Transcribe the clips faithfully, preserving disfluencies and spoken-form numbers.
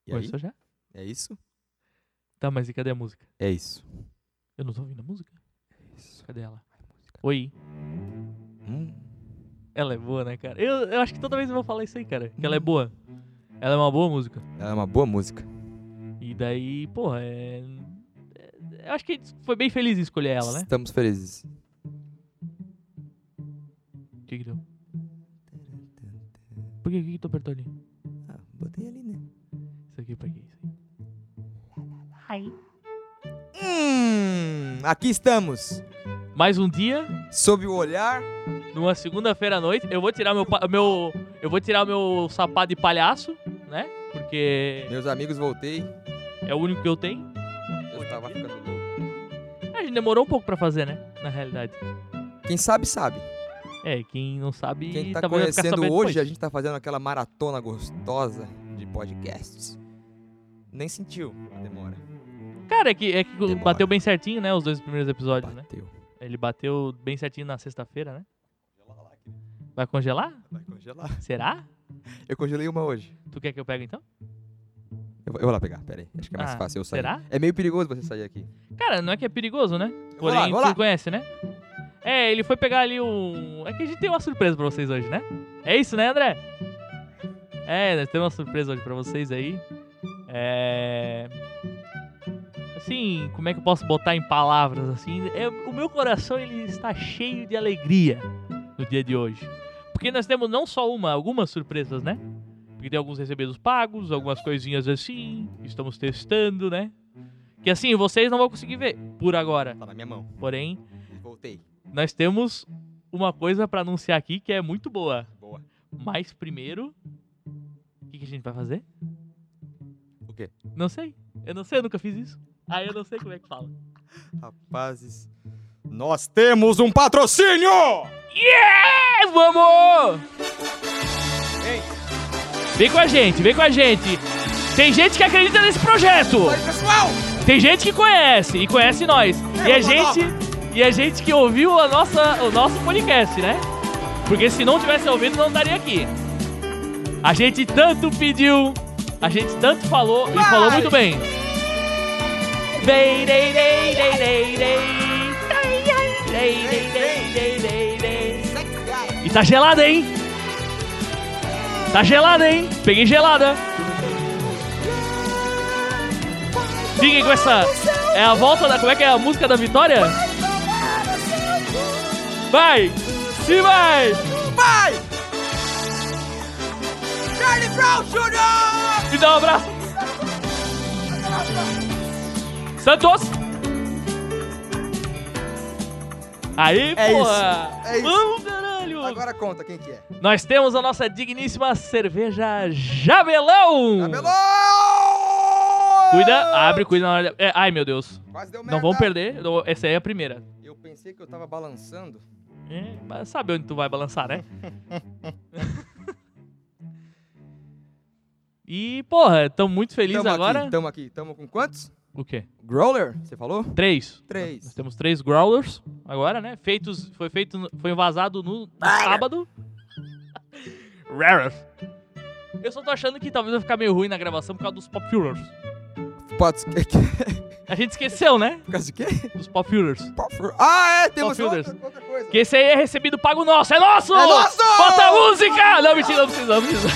E aí? Começou já? É isso? Tá, mas e cadê a música? É isso. Eu não tô ouvindo a música. É isso. Cadê ela? Oi. Hum. Ela é boa, né, cara? Eu, eu acho que toda vez eu vou falar isso aí, cara. Que ela é boa. Ela é uma boa música. Ela é uma boa música. E daí, porra, é... é- Eu acho que a gente foi bem feliz em escolher ela, né? Estamos felizes. O que que deu? Por que, que que tu apertou ali? Ah, botei ali, né? Isso aqui pra quê? Isso aí. Hum, aqui estamos. Mais um dia, Sob o olhar. numa segunda-feira à noite. Eu vou tirar meu, pa- meu... Eu vou tirar meu sapato de palhaço, né? Porque Meus amigos, voltei. é o único que eu tenho. Eu tava ficando louco. A gente demorou um pouco pra fazer, né? Na realidade. Quem sabe, sabe. É, quem não sabe... Quem tá talvez vai ficar conhecendo sabendo hoje, depois. a gente tá fazendo aquela maratona gostosa de podcasts. Nem sentiu a demora. Cara, é que, é que Demora. bateu bem certinho, né? Os dois primeiros episódios, né? Bateu. Ele bateu bem certinho na sexta-feira, né? Vai congelar? Vai congelar. Será? Eu congelei uma hoje. Tu quer que eu pegue então? Eu vou, eu vou lá pegar, pera aí. Acho que é mais Ah, fácil eu sair. será? É meio perigoso você sair aqui. Cara, não é que é perigoso, né? vou lá, Porém, vou tu lá. conhece, né? É, ele foi pegar ali um... É que a gente tem uma surpresa pra vocês hoje, né? É isso, né, André? É, nós temos uma surpresa hoje pra vocês aí. É... Assim, como é que eu posso botar em palavras, assim? É, o meu coração, ele está cheio de alegria no dia de hoje. Porque nós temos não só uma, algumas surpresas, né? Porque tem alguns recebidos pagos, algumas coisinhas assim, que estamos testando, né? Que assim, vocês não vão conseguir ver por agora. Tá na minha mão. Porém, Voltei. nós temos uma coisa pra anunciar aqui que é muito boa. Boa. Mas primeiro, o que, que a gente vai fazer? O quê? Não sei. Eu não sei, eu nunca fiz isso. Ah, eu não sei como é que fala. Rapazes, nós temos um patrocínio! Yeah! Vamos! Ei, Vem com a gente, vem com a gente. Tem gente que acredita nesse projeto. oi pessoal! Tem gente que conhece e conhece nós. E a gente, e a gente que ouviu a nossa, o nosso podcast, né? Porque se não tivesse ouvido, não estaria aqui. A gente tanto pediu, a gente tanto falou e Vai! falou muito bem. Dei, dei, dei, dei, dei, dei. Dei, dei, dei, dei, dei, dei. E tá gelada, hein? Tá gelada, hein? Peguei gelada. Fiquem com essa... É a volta da... Como é que é a música da vitória? Vai! Se vai! Vai! Charlie Brown Júnior! Me dá um abraço. Santos! Aí, É porra! isso, é isso. Vamos, caralho! Agora conta quem que é. Nós temos a nossa digníssima cerveja Jamelão! Cabelão! Cuida, abre, cuida na hora de... é, ai, meu Deus. Quase deu merda. Não vamos perder. Eu- Essa aí é a primeira. Eu pensei que eu tava balançando. É, mas sabe onde tu vai balançar, né? E, porra, tamo muito felizes Tamo agora. Aqui, tamo aqui. Tamo com quantos? O quê? Growler, você falou? Três. Três. Nós temos três growlers agora, né? Feitos, foi feito, no- foi vazado no, no sábado. Rarer. Eu só tô achando que talvez vai ficar meio ruim na gravação por causa dos pop fillers. Pode... A gente esqueceu, né? Por causa de quê? Dos pop fillers. Ah, é, temos Top outra, fielders. outra coisa. Que esse aí é recebido pago nosso. É nosso! É nosso! Bota a música! Não, mentira, não precisa, não precisa.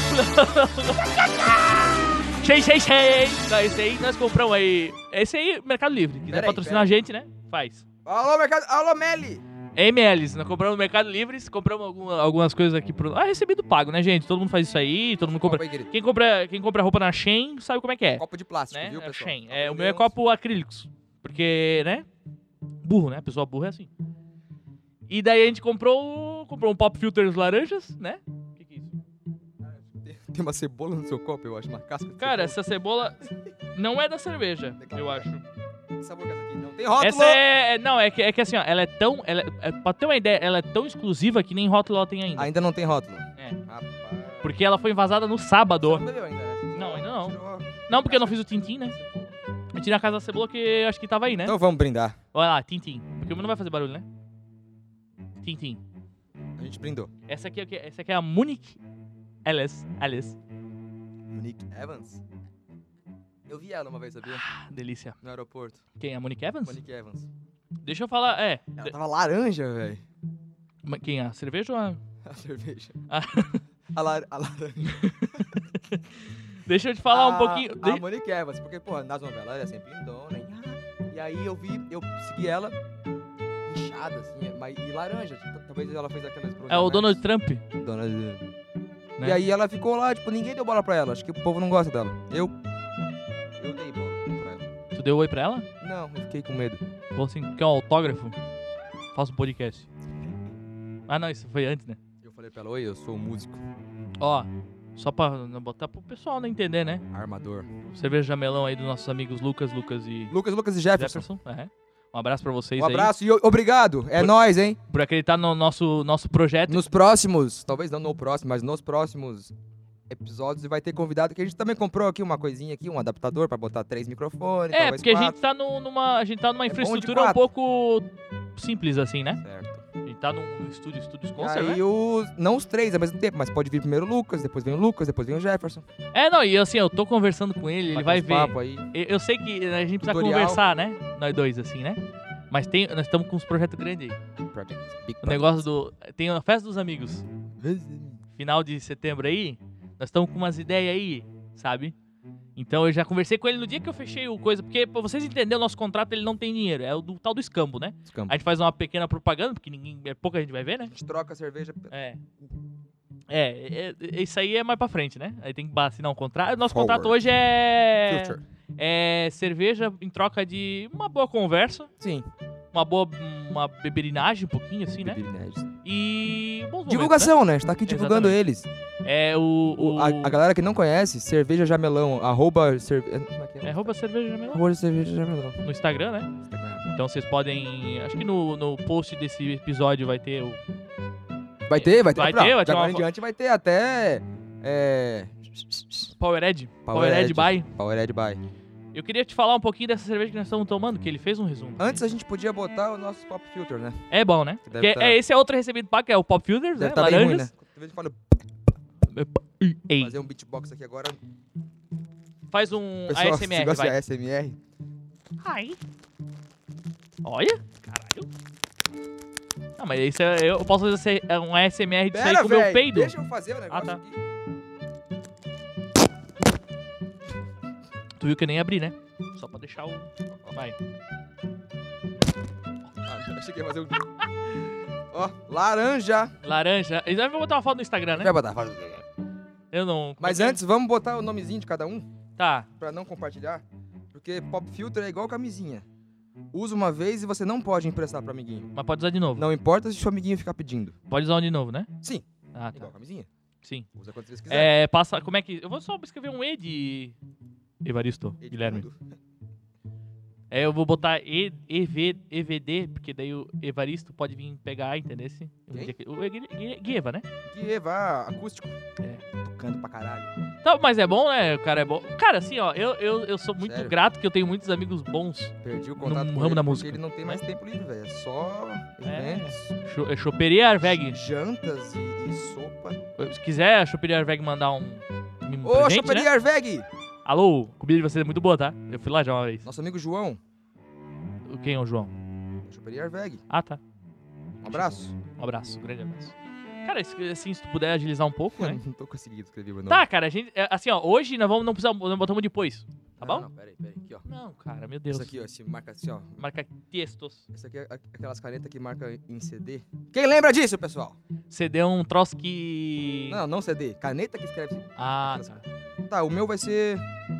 Cheio, cheio, cheio. Não, esse aí nós compramos aí. Esse aí, Mercado Livre. Quiser Pera aí, patrocinar pera a gente, né? Faz. Alô, mercado... Alô, Meli! M Ls, nós compramos no Mercado Livre, compramos alguma- algumas coisas aqui pro... Ah, recebido pago, né, gente? Todo mundo faz isso aí, todo mundo compra... Copo aí, querido. Quem compra, quem compra roupa na Shein sabe como é que é, Copo de plástico, né? viu, É pessoal? Shein. É, o meu é Aprendemos. copo acrílicos, porque, né? Burro, né? A pessoa burra é assim. E daí a gente comprou, comprou um pop filters laranjas, né? O que que é isso? Tem uma cebola no seu copo, eu acho, uma casca de Cara, cebola. essa cebola não é da cerveja, eu acho. Que sabor que é essa aqui? Não tem rótulo! Essa é... Não, é que, é que assim, ó, ela é tão... Ela, é, pra ter uma ideia, ela é tão exclusiva que nem rótulo ela tem ainda. Ainda não tem rótulo. É. Rapaz. Porque ela foi vazada no sábado. Você não bebeu ainda, né? Não, ainda não. Tirou- Não, porque eu não fiz o Tintim, né? Eu tirei a casa da cebola que eu acho que tava aí, né? Então vamos brindar. Olha lá, Tintim. Porque o meu não vai fazer barulho, né? Tintim. A gente brindou. Essa aqui é o quê? Essa aqui é a Munich Alice. Alice. Nick Evans. Eu vi ela uma vez, sabia? Ah, delícia. No aeroporto. Quem? A Monique Evans? Monique Evans. Deixa eu falar, é. Ela de- tava laranja, velho. ma- Quem? A cerveja ou a... A cerveja. Ah. A, lar a laranja. Deixa eu te falar um A- pouquinho... A de- Monique Evans, porque, pô, nas novelas ela é sempre lindona. E, ah, e aí eu vi, eu segui ela inchada, assim, mas, e laranja. Tipo, talvez ela fez aquelas... É o Donald Trump, Donald... né? E aí ela ficou lá, tipo, ninguém deu bola pra ela. Acho que o povo não gosta dela. Eu... Eu dei bola pra ela. Tu deu oi pra ela? Não, eu fiquei com medo. Falou assim, quer um autógrafo? Faça um podcast. Ah, não, isso foi antes, né? Eu falei pra ela, oi, eu sou músico, Ó, só pra não botar pro pessoal não entender, né? armador. Cerveja Jamelão aí dos nossos amigos Lucas, Lucas e Lucas, Lucas e Jefferson. Jefferson. É. Um abraço pra vocês Um aí. abraço e o- obrigado. É Por- nóis, hein? Por acreditar no nosso, nosso projeto. Nos próximos, talvez não no próximo, mas nos próximos episódios vai ter convidado que a gente também comprou aqui uma coisinha aqui, um adaptador pra botar três microfones, É, talvez porque a quatro. gente tá no- numa. A gente tá numa É bom de infraestrutura um quatro. pouco simples, assim, né? Certo. A gente tá num num estúdio, estúdios E Concert, né? aí os, não os três ao mesmo tempo, mas pode vir primeiro o Lucas, depois vem o Lucas, depois vem o Jefferson. É, não, e assim, eu tô conversando com ele, ele Bate vai uns ver. papo aí. Eu, eu sei que a gente precisa Tutorial. conversar, né? Nós dois, assim, né? Mas tem, nós estamos com uns projetos grandes aí. Projects, big O negócio do. Tem a festa dos amigos. projects. Final de setembro aí. Nós estamos com umas ideias aí, sabe? Então eu já conversei com ele no dia que eu fechei o coisa, porque pra vocês entenderem, o nosso contrato ele não tem dinheiro, é o do tal do escambo, né? Escambo. A gente faz uma pequena propaganda, porque ninguém, é pouca gente vai ver, né? A gente troca a cerveja. É. É, é, é, isso aí é mais pra frente, né? Aí tem que assinar um contrato. Nosso Forward. contrato hoje é. Future. É cerveja em troca de uma boa conversa, Sim. uma boa uma beberinagem, um pouquinho assim, né? Bebida Nerds. E bons momentos, Divulgação, né? A gente tá aqui divulgando Exatamente. eles. né? É o. O- o a, a galera que não conhece, cerveja jamelão, arroba... Cerve... Como é que é? É arroba cerveja Jamelão Arroba cerveja jamelão. no Instagram, né? Então vocês podem. Acho que no, no post desse episódio vai ter o. Vai ter, vai ter. Vai Não, ter, vai de ter agora uma em fo- diante vai ter até... É... Powerade. Powerade by. Powerade by. Eu queria te falar um pouquinho dessa cerveja que nós estamos tomando, que ele fez um resumo. Antes a gente podia botar o nosso pop filter, né? É bom, né? Que deve Porque tá- é, esse é outro recebido pago, que é o Pop Filters, Deve né? tá bem ruim, né? Laranjas. Toda vez que eu falo, Ei, fazer um beatbox aqui agora. faz um Pessoal, A S se M R, gosta de vai. A S M R. Ai. Olha. Caralho. Não, mas isso é, eu posso fazer esse- um A S M R disso aí Pera, com o meu véi, peido. deixa eu fazer o negócio tá. aqui. Tu viu que eu nem abri, né? Só pra deixar o... Vai. Ah, eu achei que ia fazer um... Ó, laranja. Laranja. Eu vou botar uma foto no Instagram, né? Vai botar. faz- Eu não... Mas como é que- antes, vamos botar o nomezinho de cada um, Tá. pra não compartilhar. Porque pop filter é igual camisinha. Usa uma vez e você não pode emprestar pro amiguinho. Mas pode usar de novo. Não importa se o seu amiguinho ficar pedindo. Pode usar um de novo, né? Sim, Ah, tá. igual camisinha. Sim. Usa quantas vezes quiser. É, passa... Como é que... Eu vou só escrever um E de... Evaristo, Edmundo. Guilherme. É, eu vou botar E, EV, E V D, porque daí o Evaristo pode vir pegar, entendeu? Quem? O Gui- Gui- Guieva, né? Guieva, acústico. É. Tocando pra caralho. Tá, mas é bom, né? O cara é bom. Cara, assim, ó, eu, eu, eu sou muito Sério? grato que eu tenho muitos amigos bons. Perdi o contato No com ramo ele da porque música. ele não tem mais tempo livre, velho. É só É. eventos, Cho- é Choperia Arveg. jantas e, e sopa. Se quiser a Choperia Arveg mandar um, um Ô, presente, Choperia né? Arveg! Alô, a comida de vocês é muito boa, tá? Eu fui lá já uma vez. Nosso amigo João. Quem é o João? Choperia Arveg. Ah, tá. Um abraço. Um abraço, um grande abraço. Cara, esse- assim, se tu puder agilizar um pouco, né? Não tô conseguindo escrever o meu nome. Tá, cara, a gente... é, Assim, ó, hoje nós vamos, não precisamos, nós botamos depois. Tá Não, bom? Não, peraí, peraí. Aqui, ó. Não, cara, meu Deus. Isso aqui, ó. Esse marca assim, ó. Marca textos. Isso aqui é a- aquelas canetas que marca em C D. Quem lembra disso, pessoal? C D é um troço que... Não, não C D. Caneta que escreve assim. Ah, Aquelas- tá. Tá, o meu vai ser...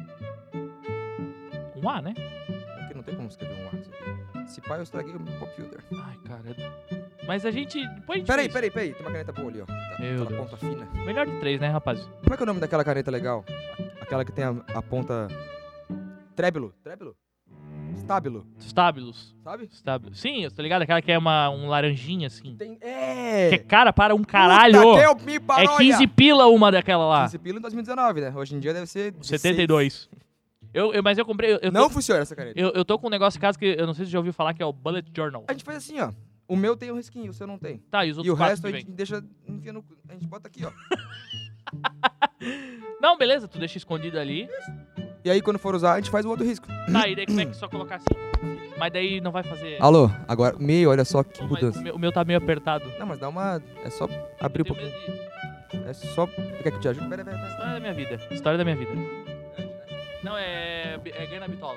Um A, né? Aqui não tem como escrever um A. Isso aqui. Se pá, eu estraguei o meu pop filter. Ai, cara. Mas a gente... Depois a gente Peraí, vê isso. peraí, peraí. Tem uma caneta boa ali, ó. Tá, Meu aquela Deus. ponta fina. Melhor de três, né, rapaz? Como é que é o nome daquela caneta legal? Aquela que tem a, a ponta... Trébilo. Trébilo? Estábilo. Stabilus. Sabe? Stabilus. Sim, eu tô ligado. Aquela que é uma, um laranjinha, assim. Tem... É! Que é cara para um caralho. Puta, que eu me É paródia! quinze pila uma daquela lá. quinze pila em dois mil e dezenove, né? Hoje em dia deve ser... setenta e dois. Eu, eu, mas eu comprei... Eu, eu Não tô, funciona essa caneta. eu, eu tô com um negócio em casa que eu não sei se você já ouviu falar, que é o Bullet Journal. A gente faz assim, ó. O meu tem um risquinho, o seu não tem. Tá, e os E outros o quatro resto que a vem. gente deixa... Enfia no... A gente bota aqui, ó. Não, beleza, tu deixa escondido ali. E aí, quando for usar, a gente faz o outro risco. Tá, e daí como é que só colocar assim? Mas daí não vai fazer... Alô, agora, meio, olha só que Pô, mas mudança. o, meu, o meu tá meio apertado. Não, mas dá uma... É só abrir um Eu tenho pouquinho. medo de- É só... Quer que eu te ajude? Pera, pera, pera. História da minha vida. História da minha vida. Não, é... É ganho na bitola.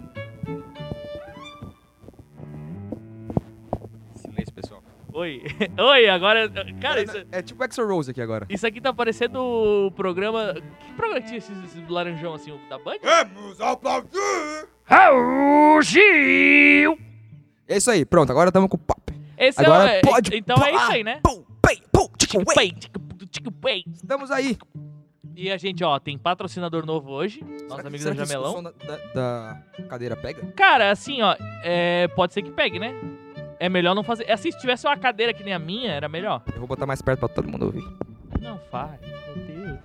Silêncio, pessoal. Oi. Oi, agora... Cara, isso, É tipo Exo Rose aqui agora. isso aqui tá parecendo o programa... Que programa que tinha esses, esses laranjão assim, o da Band? Vamos aplaudir! Raul Gil! É isso aí, pronto, agora estamos com o papo. Esse Agora é, o- pode Então é isso aí, né? Pum, pei, pum, tchicu, ué. Pei, tica, tica, pei. Estamos aí. E a gente, ó, tem patrocinador novo hoje. Nossos Será que- amigos será da que Jamelão. o som da, da- da cadeira pega? Cara, assim, ó, é, pode ser que pegue, né? É melhor não fazer. Assim, se tivesse uma cadeira que nem a minha, era melhor. Eu vou botar mais perto pra todo mundo ouvir. Não faz, meu Deus.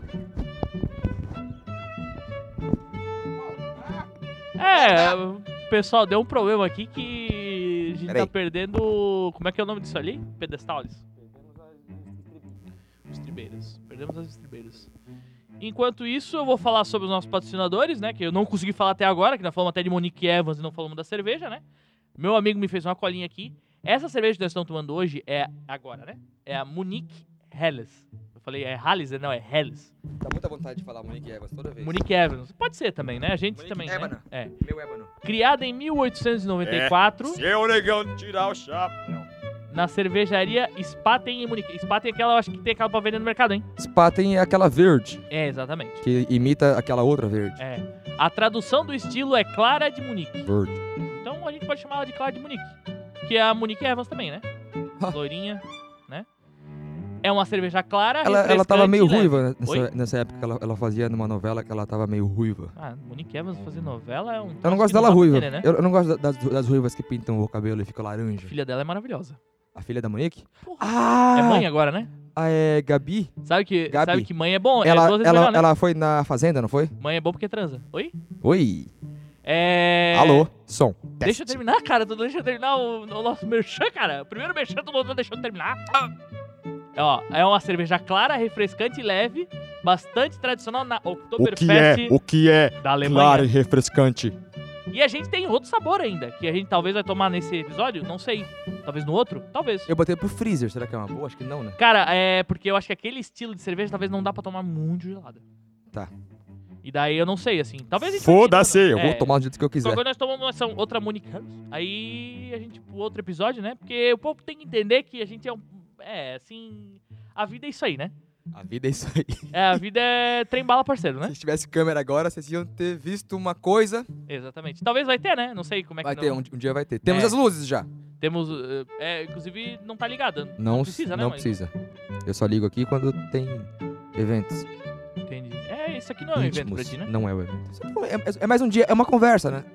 É, pessoal, deu um problema aqui que a gente Peraí. tá perdendo. Como é que é o nome disso ali? Pedestales? Estribeiras. Perdemos as estribeiras. Enquanto isso, eu vou falar sobre os nossos patrocinadores, né? Que eu não consegui falar até agora, que nós falamos até de Monique Evans e não falamos da cerveja, né? Meu amigo me fez uma colinha aqui. Essa cerveja que nós estamos tomando hoje é agora, né? É a Monique Helles. Eu falei, é Helles? Não, é Helles. Dá muita vontade de falar Monique Evans toda vez. Monique Evans. Pode ser também, né? A gente Monique também, Ébano. né? É. Meu ébano. Criada em mil oitocentos e noventa e quatro Se o negão tirar o chapéu. na cervejaria Spaten em Munique. Spaten é aquela, eu acho que tem aquela pra vender no mercado, hein? Spaten é aquela verde, É, exatamente. que imita aquela outra verde. É. A tradução do estilo é Clara de Munique. Verde. Então a gente pode chamar ela de Clara de Munique. Que é a Monique Evans também, né? Ah. Loirinha, né? É uma cerveja clara, Ela, ela tava refrescante meio e leve. ruiva né, Oi? nessa, nessa época. Ela, ela fazia numa novela que ela tava meio ruiva. Ah, Monique Evans fazer novela é um... Eu não gosto dela ruiva. Eu, eu não gosto da- das, das ruivas que pintam o cabelo e fica A laranja. filha dela é maravilhosa. A filha da Monique? Porra. Ah! É mãe agora, né? Ah, é Gabi? Sabe que, Gabi. sabe que mãe é bom? é Ela, duas vezes ela, melhor, né? ela foi na fazenda, não foi? Mãe é bom porque transa. Oi? Oi. É... Alô? Som. Deixa eu Teste. terminar, cara. Tu deixa eu terminar o, o nosso merchan, cara. O primeiro merchan tu não deixou eu terminar. Ó, é uma cerveja clara, refrescante e leve. Bastante tradicional na Oktoberfest O que é da Alemanha. claro e refrescante? E a gente tem outro sabor ainda, que a gente talvez vai tomar nesse episódio, não sei. Talvez no outro? Talvez. Eu botei pro freezer. Será que é uma boa? Acho que não, né? Cara, é porque eu acho que aquele estilo de cerveja talvez não dá pra tomar muito gelada. Tá. E daí eu não sei, assim. Talvez a gente... Foda-se, Eu É. vou tomar do jeito que eu quiser. Quando nós tomamos essa outra Monique Evans, aí a gente, pro outro episódio, né? Porque o povo tem que entender que a gente é um... É, assim... A vida é isso aí, né? A vida é isso aí. É, a vida é trem bala parceiro, né? Se tivesse câmera agora, vocês iam ter visto uma coisa. Exatamente. Talvez vai ter, né? Não sei como é que Vai não... ter, um, um dia vai ter. Temos É. as luzes já. Temos... uh, É, inclusive, não tá ligada. Não, precisa, né? não mas- precisa. Eu só ligo aqui quando tem eventos Entendi. É, isso aqui não é um evento pra íntimos. ti, né? Não é o evento. Isso aqui É, é- é mais um dia, é uma conversa, né?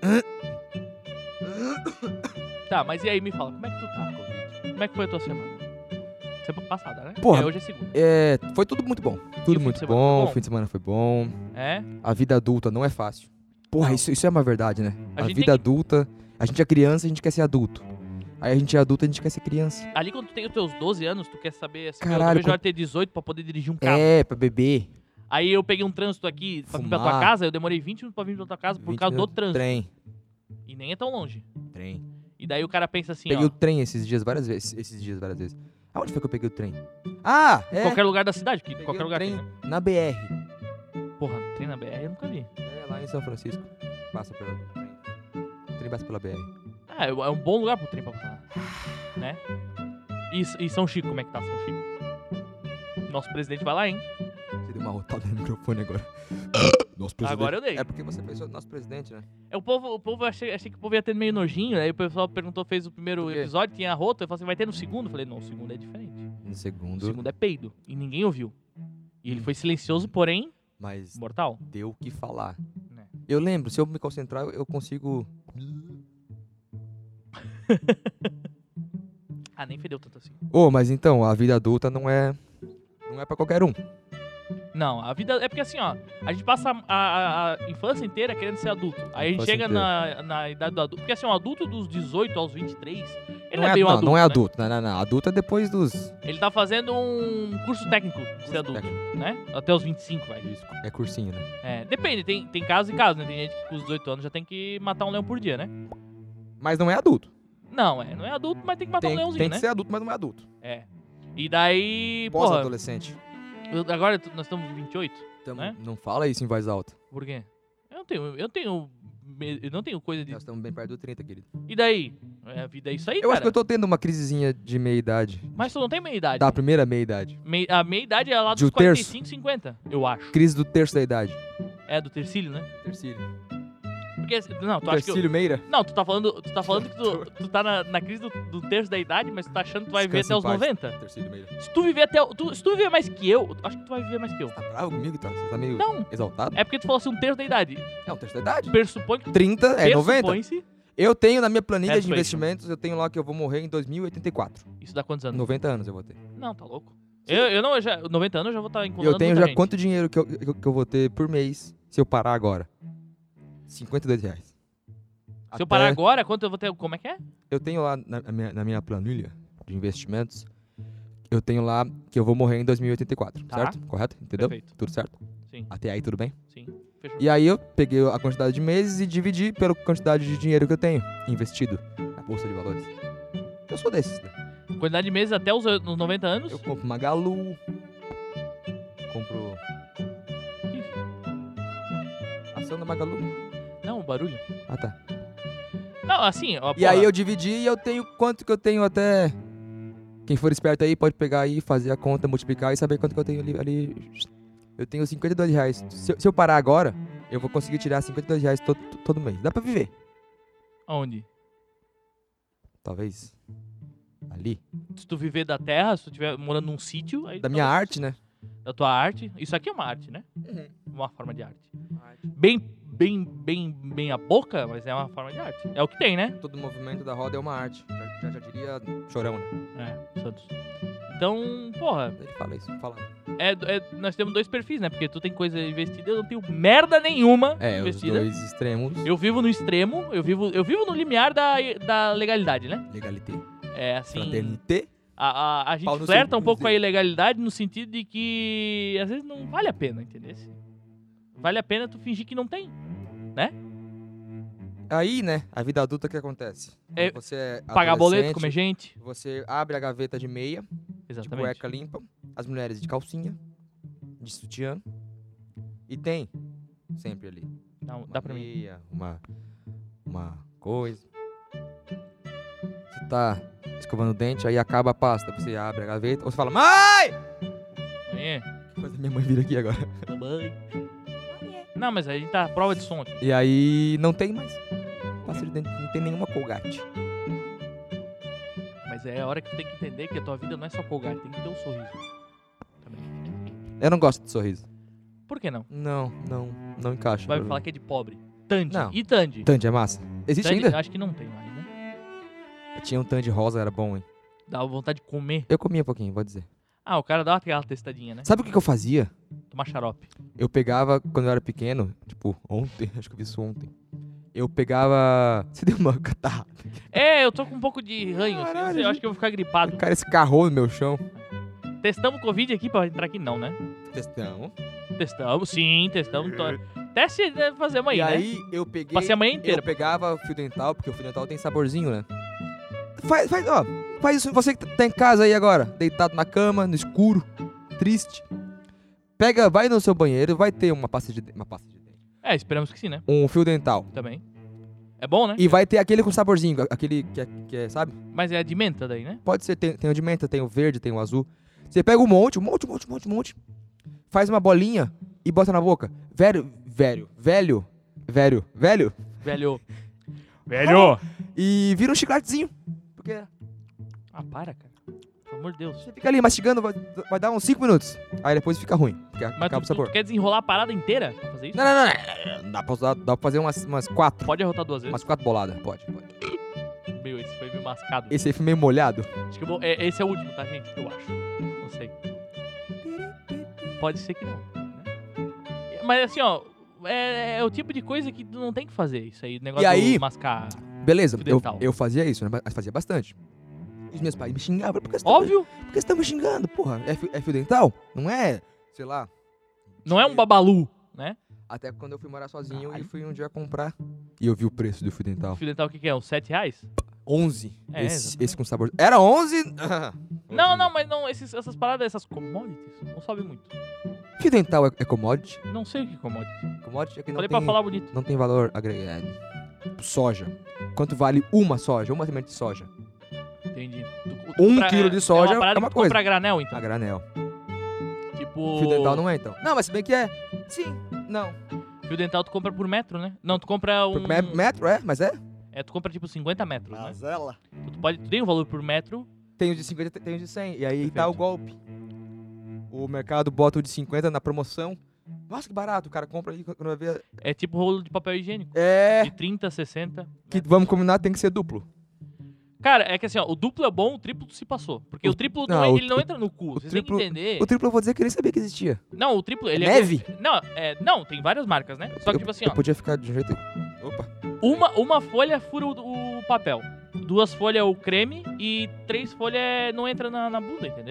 Tá, mas e aí, me fala, como é que tu tá, Covid? Como é que foi a tua semana? Semana passada, né? Porra. É, hoje é segunda. É, foi tudo muito bom. E o Tudo fim de muito semana bom. foi O bom? fim de semana foi bom. É? A vida adulta não é fácil. Porra, Não. isso, isso é uma verdade, né? A A, gente vida tem que- adulta. A gente é criança, a gente quer ser adulto. Aí a gente é adulto, a gente quer ser criança. Ali quando tu tem os teus doze anos, tu quer saber assim, Caralho, eu vejo quando- hora de ter dezoito pra poder dirigir um carro. É, pra beber. Aí eu peguei um trânsito aqui pra vir pra tua Fumar. casa, eu demorei vinte minutos pra vir pra tua casa por vinte causa do minutos. trânsito. Trem. E nem é tão longe. Trem. E daí o cara pensa assim, Peguei ó, o trem esses dias várias vezes. Esses dias várias vezes. Aonde foi que eu peguei o trem? Ah, é. qualquer lugar da cidade, que Peguei qualquer o lugar trem tem, né? na B R. Porra, trem na B R eu nunca vi. É, lá em São Francisco. Passa pela trem. O trem passa pela B R. Ah, é é um bom lugar pro trem pra passar. Né? E, e São Chico, como é que tá São Chico? Nosso presidente vai lá, hein? Você deu uma rotada no microfone agora. Nosso Agora eu dei. É porque você pensou no nosso presidente, né? É, o povo, o povo achei, achei que o povo ia ter meio nojinho, aí o pessoal perguntou, fez o primeiro Por quê? episódio, tinha rota, eu falei assim, vai ter no segundo? Eu falei, não, o segundo é diferente. No O segundo. segundo é peido, e ninguém ouviu. E ele foi silencioso, porém, Mas mortal. deu o que falar. Né. Eu lembro, se eu me concentrar, eu eu consigo. Ah, nem fedeu tanto assim. Ô, mas então, a vida adulta não é. Não é pra qualquer um. Não, a vida... É porque assim, ó, a gente passa a, a- a infância inteira querendo ser adulto. Aí a gente Infância chega na, na idade do adulto. Porque assim, o adulto dos dezoito aos vinte e três, ele não, Não é bem um não, adulto, não é né? adulto. Não, não, não. Adulto é depois dos... Ele tá fazendo um curso técnico de ser adulto, técnico. né? Até os vinte e cinco, vai. Isso, é cursinho, né? É, depende, tem, tem casos e casos, né? Tem gente que com os dezoito anos já tem que matar um leão por dia, né? Mas não é adulto. Não, é, não é adulto, mas tem que matar Tem, um leãozinho, tem que né? ser adulto, mas não é adulto. É. E daí, porra, Pós-adolescente. eu- agora tu- nós estamos com vinte e oito, Tamo- né? Não fala isso em voz alta. Por quê? Eu não tenho, eu não tenho, me- eu não tenho coisa de... Nós estamos bem perto do trinta, querido. E daí? É, a vida é isso aí, Eu cara. acho que eu tô tendo uma crisezinha de meia-idade. Mas tu não tem meia-idade. Da primeira meia-idade. Mei- a meia-idade é lá De dos um terço? quarenta e cinco, cinquenta, eu acho. Crise do terço da idade. É, do tercílio, né? Tercílio. Porque, não, tu acha que eu... Tercílio Meira? Não, tu tá falando, tu tá falando que tu, tu tá na, na crise do, do terço da idade, mas tu tá achando que tu vai viver até Descansa os em paz. noventa? Tercílio Meira. Se tu viver até... o- Tu, se tu viver mais que eu, acho que tu vai viver mais que eu. Tá bravo comigo, tá? Você tá meio Não. exaltado? É porque tu falou assim, um terço da idade. É um terço da idade. Pressupõe que... trinta é noventa. Pressupõe-se... Eu tenho na minha planilha de Persuasion. investimentos, eu tenho lá que eu vou morrer em dois mil e oitenta e quatro. Isso dá quantos anos? noventa anos eu vou ter. Não, tá louco. Eu, eu não, eu já... noventa anos eu já vou estar E encontrando eu tenho muita já gente. quanto dinheiro que eu, que eu- que eu vou ter por mês se eu parar agora? cinquenta e dois reais. Se eu Até- parar agora, quanto eu vou ter... Como é que é? Eu tenho lá na, na minha, na minha planilha de investimentos, eu tenho lá que eu vou morrer em dois mil e oitenta e quatro, Tá. certo? Correto? Entendeu? Perfeito. Tudo certo? Sim, Até aí tudo bem? sim. Fechou. E aí eu peguei a quantidade de meses e dividi pela quantidade de dinheiro que eu tenho investido na bolsa de valores. Eu sou desses, né? Quantidade de meses até os, os noventa anos? Eu compro Magalu, compro ação da Magalu. Não, o barulho. Ah, tá. Não, assim, ó, E aí eu dividi e eu tenho quanto que eu tenho até... Quem for esperto aí pode pegar aí, fazer a conta, multiplicar e saber quanto que eu tenho ali. ali. Eu tenho cinquenta e dois reais. Se, eu- se eu parar agora, eu vou conseguir tirar cinquenta e dois reais todo, todo mês. Dá pra viver. Aonde? Talvez. Ali. Se tu viver da terra, se tu estiver morando num sítio... Aí Da minha talvez- arte, né? Da tua arte. Isso aqui é uma arte, né? Uma forma de arte. Bem, bem, bem, bem a boca, mas é uma forma de arte. É o que tem, né? Todo movimento da roda é uma arte. Já, já, já diria Chorão, né? É, Santos. Então, porra, Ele fala isso, fala. é, é- nós temos dois perfis, né? Porque tu tem coisa investida, eu não tenho merda nenhuma É, os investida. dois extremos. Eu vivo no extremo, eu vivo, eu vivo no limiar da, da legalidade, né? Legalité. É assim. Fraternité. A, a, a gente Pau no flerta seu um pouco com a cruzeiro. ilegalidade no sentido de que às vezes não vale a pena, entendeu? Vale a pena tu fingir que não tem. Aí, né, a vida adulta, o que acontece? É, Você é Pagar boleto, adolescente, comer gente. Você abre a gaveta de meia, de Exatamente. cueca limpa, as mulheres de calcinha, de sutiã. E tem, sempre ali, Não, uma dá pra mim. meia, uma, uma coisa. Você tá escovando o dente, aí acaba a pasta. Você abre a gaveta, ou você fala, mãe! É. Que coisa minha mãe vira aqui agora. Mamãe. Não, mas a gente tá à prova de som aqui. E aí não tem mais. Pasta de dente, não tem nenhuma colgate. Mas é a hora que tu tem que entender que a tua vida não é só colgate, tem que ter um sorriso. Também. Eu não gosto de sorriso. Por que não? Não, não, não encaixa. Vai pra me mim. falar que é de pobre. Tandy. Não. E Tandy? Tandy é massa? Existe Tandy, ainda? acho que não tem mais, né? Tinha um Tandy rosa, era bom, hein? Dá vontade de comer. Eu comia um pouquinho, vou dizer. Ah, o cara dá aquela testadinha, né? Sabe o que, que eu fazia? Tomar xarope. Eu pegava, quando eu era pequeno, tipo, ontem, acho que eu vi isso ontem. Eu pegava... Você deu uma catarrada. É, eu tô com um pouco de ranho, assim. Eu, Caralho, sei, eu acho que eu vou ficar gripado. Cara, esse carro no meu chão. Testamos Covid aqui pra entrar aqui, não, né? Testão. Testamos, sim, testamos. to- Teste deve fazer amanhã, E né? aí, eu peguei... Passei a manhã inteira. Eu pegava fio dental, porque o fio dental tem saborzinho, né? Faz, faz, ó, faz isso, você que tá em casa aí agora, deitado na cama, no escuro, triste. Pega, vai no seu banheiro, vai ter uma pasta de, de- uma pasta de dente, É, esperamos que sim, né? um fio dental. Também. É bom, né? E vai ter aquele com saborzinho, aquele que é, que é, sabe? Mas é de menta daí, né? Pode ser, tem, tem o de menta, tem o verde, tem o azul. Você pega um monte, um monte, um monte, um monte, um monte, faz uma bolinha e bota na boca. Velho, velho, velho, velho, velho. Velho. Velho! E vira um chicletezinho. Porque Ah, para, cara. Pelo amor de Deus. você fica ali mastigando, vai, vai dar uns cinco minutos. Aí depois fica ruim, porque Mas acaba tu, o sabor. tu quer desenrolar a parada inteira pra fazer isso? Não, não, não, não, não. Dá pra, usar, dá pra fazer umas, umas quatro. Pode arrotar duas vezes? Umas quatro boladas. Pode, pode. Meu, esse foi meio mascado. Esse aí foi meio molhado. Acho que eu vou... é, esse é o último, tá, gente? Eu acho. Não sei. Pode ser que não. mas assim, ó, é, é o tipo de coisa que tu não tem que fazer isso aí, negócio E aí- de mascar. Beleza, Fio eu, dental. eu fazia isso, né? Mas fazia bastante. E os meus pais me xingavam. Por que você tá- Óbvio, Por que você tá me xingando, porra? É fio, é fio dental? Não é, sei lá. não é um babalu, né? Até quando eu fui morar sozinho Caralho. e fui um dia comprar. E eu vi o preço do fio dental. Fio dental, o que que é? Uns sete reais? onze. É, esse, exatamente. esse com sabor. Era onze? Não, não, mas não, esses, essas paradas, essas commodities, não sobe muito. Fio dental é, é commodity? Não sei o que é commodity. Commodity é que não Falei tem, pra falar bonito. não tem valor agregado. Tipo, soja. Quanto vale uma soja? Uma semente de soja? Entendi. Tu- Um compra- quilo de soja é uma, parada é uma que tu coisa. compra a granel, então. A granel. Tipo... Fio dental não é, então. Não, mas se bem que é. Sim. Não. Fio dental tu compra por metro, né? Não, tu compra um... Me- Metro, é? Mas é? É, tu compra tipo cinquenta metros, né? Mazela. Tu pode... Tu tem um valor por metro. Tem os de cinquenta, tem os de cem. E aí Perfeito. tá o golpe. O mercado bota o de cinquenta na promoção. Nossa, que barato. O cara compra aí quando vai ver. É tipo rolo de papel higiênico. É. De trinta, sessenta. Que vamos combinar, tem que ser duplo. Cara, é que assim, ó, o duplo é bom, o triplo tu se passou. Porque o, O- triplo, não não, é- o- ele não entra no cu. Vocês triplo- têm que entender. O triplo eu vou dizer que eu nem sabia que existia. Não, o triplo, ele Neve? é... Não, é... Não, tem várias marcas, né? Só que eu, tipo assim, eu ó. podia ficar de um jeito. Opa. Uma, uma folha fura o, o papel. Duas folhas o creme e três folhas não entra na, na bunda, entendeu?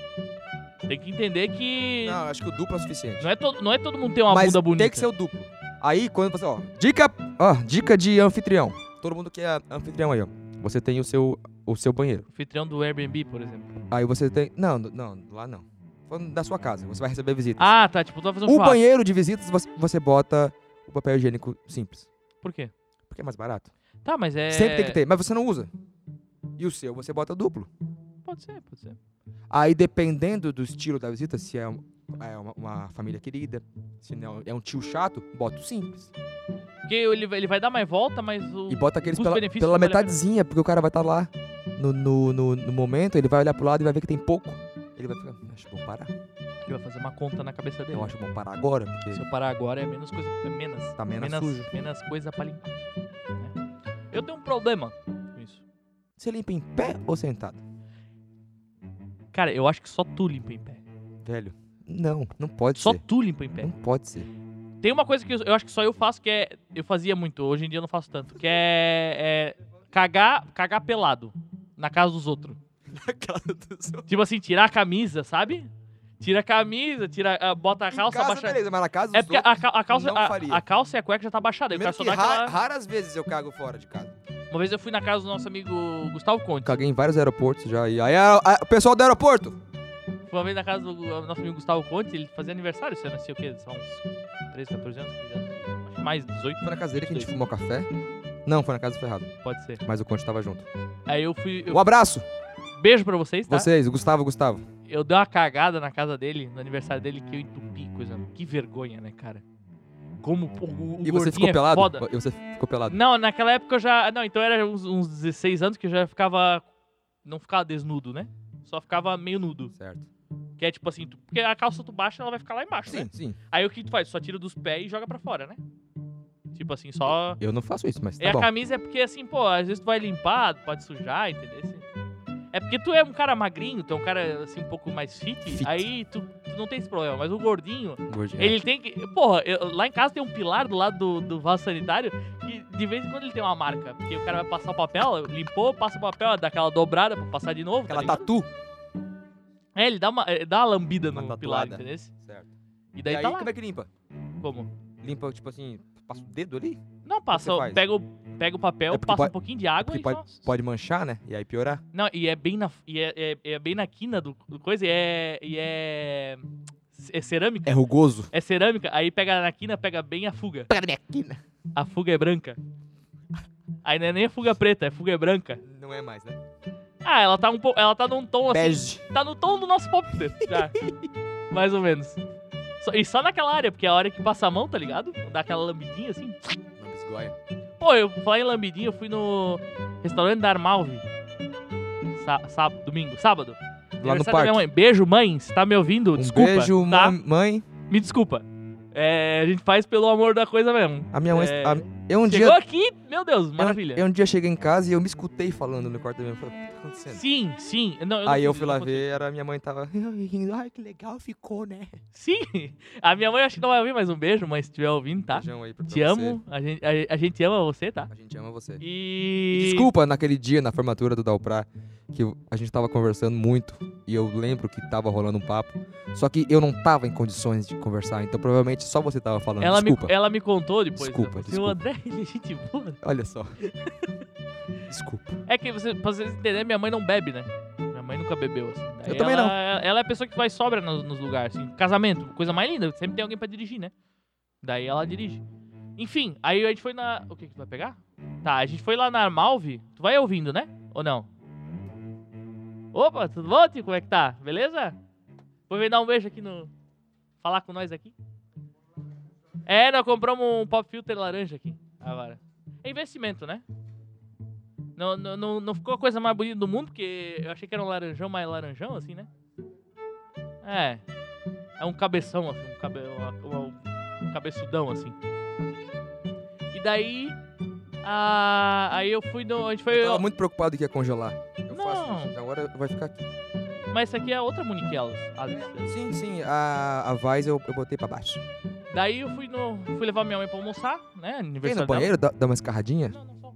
Tem que entender que Não, acho que o duplo é o suficiente. não é, todo, não é todo mundo tem uma Mas bunda bonita. tem que ser o duplo. Aí, quando você, ó, dica, ó, dica de anfitrião. Todo mundo que é anfitrião aí, ó. Você tem o seu, o seu banheiro. Anfitrião do Airbnb, por exemplo. Aí você tem, não, não, lá não. Falando da sua casa, você vai receber visitas. Ah, tá, tipo, tu vai fazer um o churrasco. banheiro de visitas, você, você bota o papel higiênico simples. Por quê? Porque é mais barato. Tá, mas é... Sempre tem que ter, mas você não usa. E o seu, você bota duplo. Pode ser, pode ser. Aí, dependendo do estilo da visita, se é, um- é uma, uma família querida, se não é um tio chato, bota o simples. Porque ele, vai- ele vai dar mais volta, mas o... E bota aqueles pela, custo-benefício pela não vale a pena. metadezinha, porque o cara vai estar lá no, no, no, no momento, ele vai olhar pro lado e vai ver que tem pouco. Ele vai ficar, acho bom parar. Ele vai fazer uma conta na cabeça dele. Eu acho bom parar agora, porque Se eu parar agora é menos coisa... É menos. tá menos, menos, sujo. menos coisa pra limpar. né? Eu tenho um problema com isso. Você limpa em pé ou sentado? Cara, eu acho que só tu limpa em pé. Velho, não, não pode Só ser. tu limpa em pé. Não pode ser. Tem uma coisa que eu, eu acho que só eu faço, que é... Eu fazia muito, hoje em dia eu não faço tanto. Que é... é cagar, cagar pelado. Na casa dos outros. Tipo assim, tirar a camisa, sabe? Tira a camisa, tira, ah, bota a Em calça, casa, abaixa... beleza, mas na casa É dos porque a, ca- a calça, não a, faria. a calça e a cueca já tá abaixada. Aí o cara Primeiro só que dá ra- aquela... raras vezes eu cago fora de casa. Uma vez eu fui na casa do nosso amigo Gustavo Conte. Caguei em vários aeroportos já. E aí, a- a- o pessoal do aeroporto. Fui uma vez na casa do nosso amigo Gustavo Conte, ele fazia aniversário, você nasceu o quê? São uns treze, quatorze anos, quinze anos? Acho que mais, dezoito, Foi na casa dele que a gente fumou café. Não, foi na casa do Ferrado. pode ser. Mas o Conte tava junto. Aí eu fui... eu- Um abraço. Beijo pra vocês, tá? Vocês, o Gustavo, Gustavo. Eu dei uma cagada na casa dele, no aniversário dele, que eu entupi coisa. Que vergonha, né, cara? Como o, o E você gordinho ficou é pelado? foda. E você ficou pelado? Não, naquela época eu já... Não, então era uns, uns dezesseis anos que eu já ficava... Não ficava desnudo, né? Só ficava meio nudo. Certo. Que é tipo assim, tu- porque a calça tu baixa, ela vai ficar lá embaixo, Sim, né? sim. Aí o que tu faz? Só tira dos pés e joga pra fora, né? Tipo assim, só... Eu não faço isso, mas E tá a bom. camisa é porque assim, pô, às vezes tu vai limpar, pode sujar, entendeu? Assim, é porque tu é um cara magrinho, tu é um cara assim um pouco mais fit, Fit. aí tu, tu não tem esse problema. Mas o gordinho, Gordinho. ele tem que... Porra, eu- lá em casa tem um pilar do lado do, do vaso sanitário que de vez em quando ele tem uma marca. Porque o cara vai passar o papel, limpou, passa o papel, dá aquela dobrada pra passar de novo. Aquela tá ligado? tatu. É, ele dá uma, eh, dá uma lambida Uma no pilar, tatuada. entendeu? Certo. E daí e aí, tá lá. como é que limpa? Como? Limpa, tipo assim, passa o dedo ali? Não, passa, você faz? pega o, pega o papel, É porque passa pode- um pouquinho de água Porque e pode, só... pode manchar, né? E aí piorar. Não, e é bem na, e é, é, é bem na quina do, do coisa, e é, e é... É cerâmica. É rugoso. É cerâmica, aí pega na quina, pega bem a fuga. Pega na minha quina. A fuga é branca. Aí não é nem a fuga preta, é fuga é branca. Não é mais, né? Ah, ela tá um pouco, ela tá num tom assim, Bege. tá no tom do nosso popster, já. Mais ou menos. Só- e só naquela área, porque é a hora que passa a mão, tá ligado? Dá aquela lambidinha assim. Não bisgoia. Pô, eu falei em lambidinha, eu fui no restaurante da Armalve. Sá, sábado, domingo, sábado. Lá no Aniversário da parque. minha mãe. Beijo, mãe, se tá me ouvindo, Um desculpa. beijo, tá? mãe, mãe. Me desculpa. É, a gente faz pelo amor da coisa mesmo. A minha mãe, É. a, Eu um Chegou dia... aqui, meu Deus, maravilha. Eu, eu um dia cheguei em casa e eu me escutei falando no quarto da minha mãe. Falei, o que tá acontecendo? Sim, sim. Não, eu não Aí eu fiz fui isso, lá não ver, era minha mãe tava rindo. Ai, que legal ficou, né? Sim. A minha mãe acho que não vai ouvir, mas um beijo, mas se estiver ouvindo, tá? Beijão aí pra, pra Te você. amo. A gente, a, a gente ama você, tá? A gente ama você. E... E desculpa naquele dia, na formatura do Dalprá, que eu- a gente tava conversando muito e eu lembro que tava rolando um papo, só que eu não tava em condições de conversar, então provavelmente só você tava falando. Ela me, Desculpa. ela me contou depois. Desculpa, né? Assim, desculpa. O André, ele é gente boa. Olha só. Desculpa. É que, você, pra vocês entenderem, minha mãe não bebe, né? Minha mãe nunca bebeu, assim. Daí Eu também ela, não. Ela é a pessoa que vai sobra nos, nos lugares, assim. Casamento, coisa mais linda. Sempre tem alguém pra dirigir, né? Daí ela dirige. Enfim, aí a gente foi na... O que que tu vai pegar? Tá, a gente foi lá na Armalve. Tu vai ouvindo, né? Ou não? Opa, tudo bom, tio? Como é que tá? Beleza? Vou vir dar um beijo aqui no... Falar com nós aqui. É, nós compramos um pop filter laranja aqui. Agora. É investimento, né? Não, não, não, não ficou a coisa mais bonita do mundo, porque eu achei que era um laranjão mais laranjão, assim, né? É. É um cabeção, assim, um, cabe, uma- uma- um cabeçudão, assim. E daí... A, aí eu fui no... A gente foi... Eu tava muito preocupado que ia congelar. Eu Não. faço isso, então agora vai ficar aqui. Mas essa aqui é outra Muniquelas, Alex. Sim, sim, a, a Vaz eu, eu botei pra baixo. Daí eu fui no... Fui levar minha mãe pra almoçar, né? Vem Aniversário no dela. banheiro, dá, dá uma escarradinha? Não, não, só.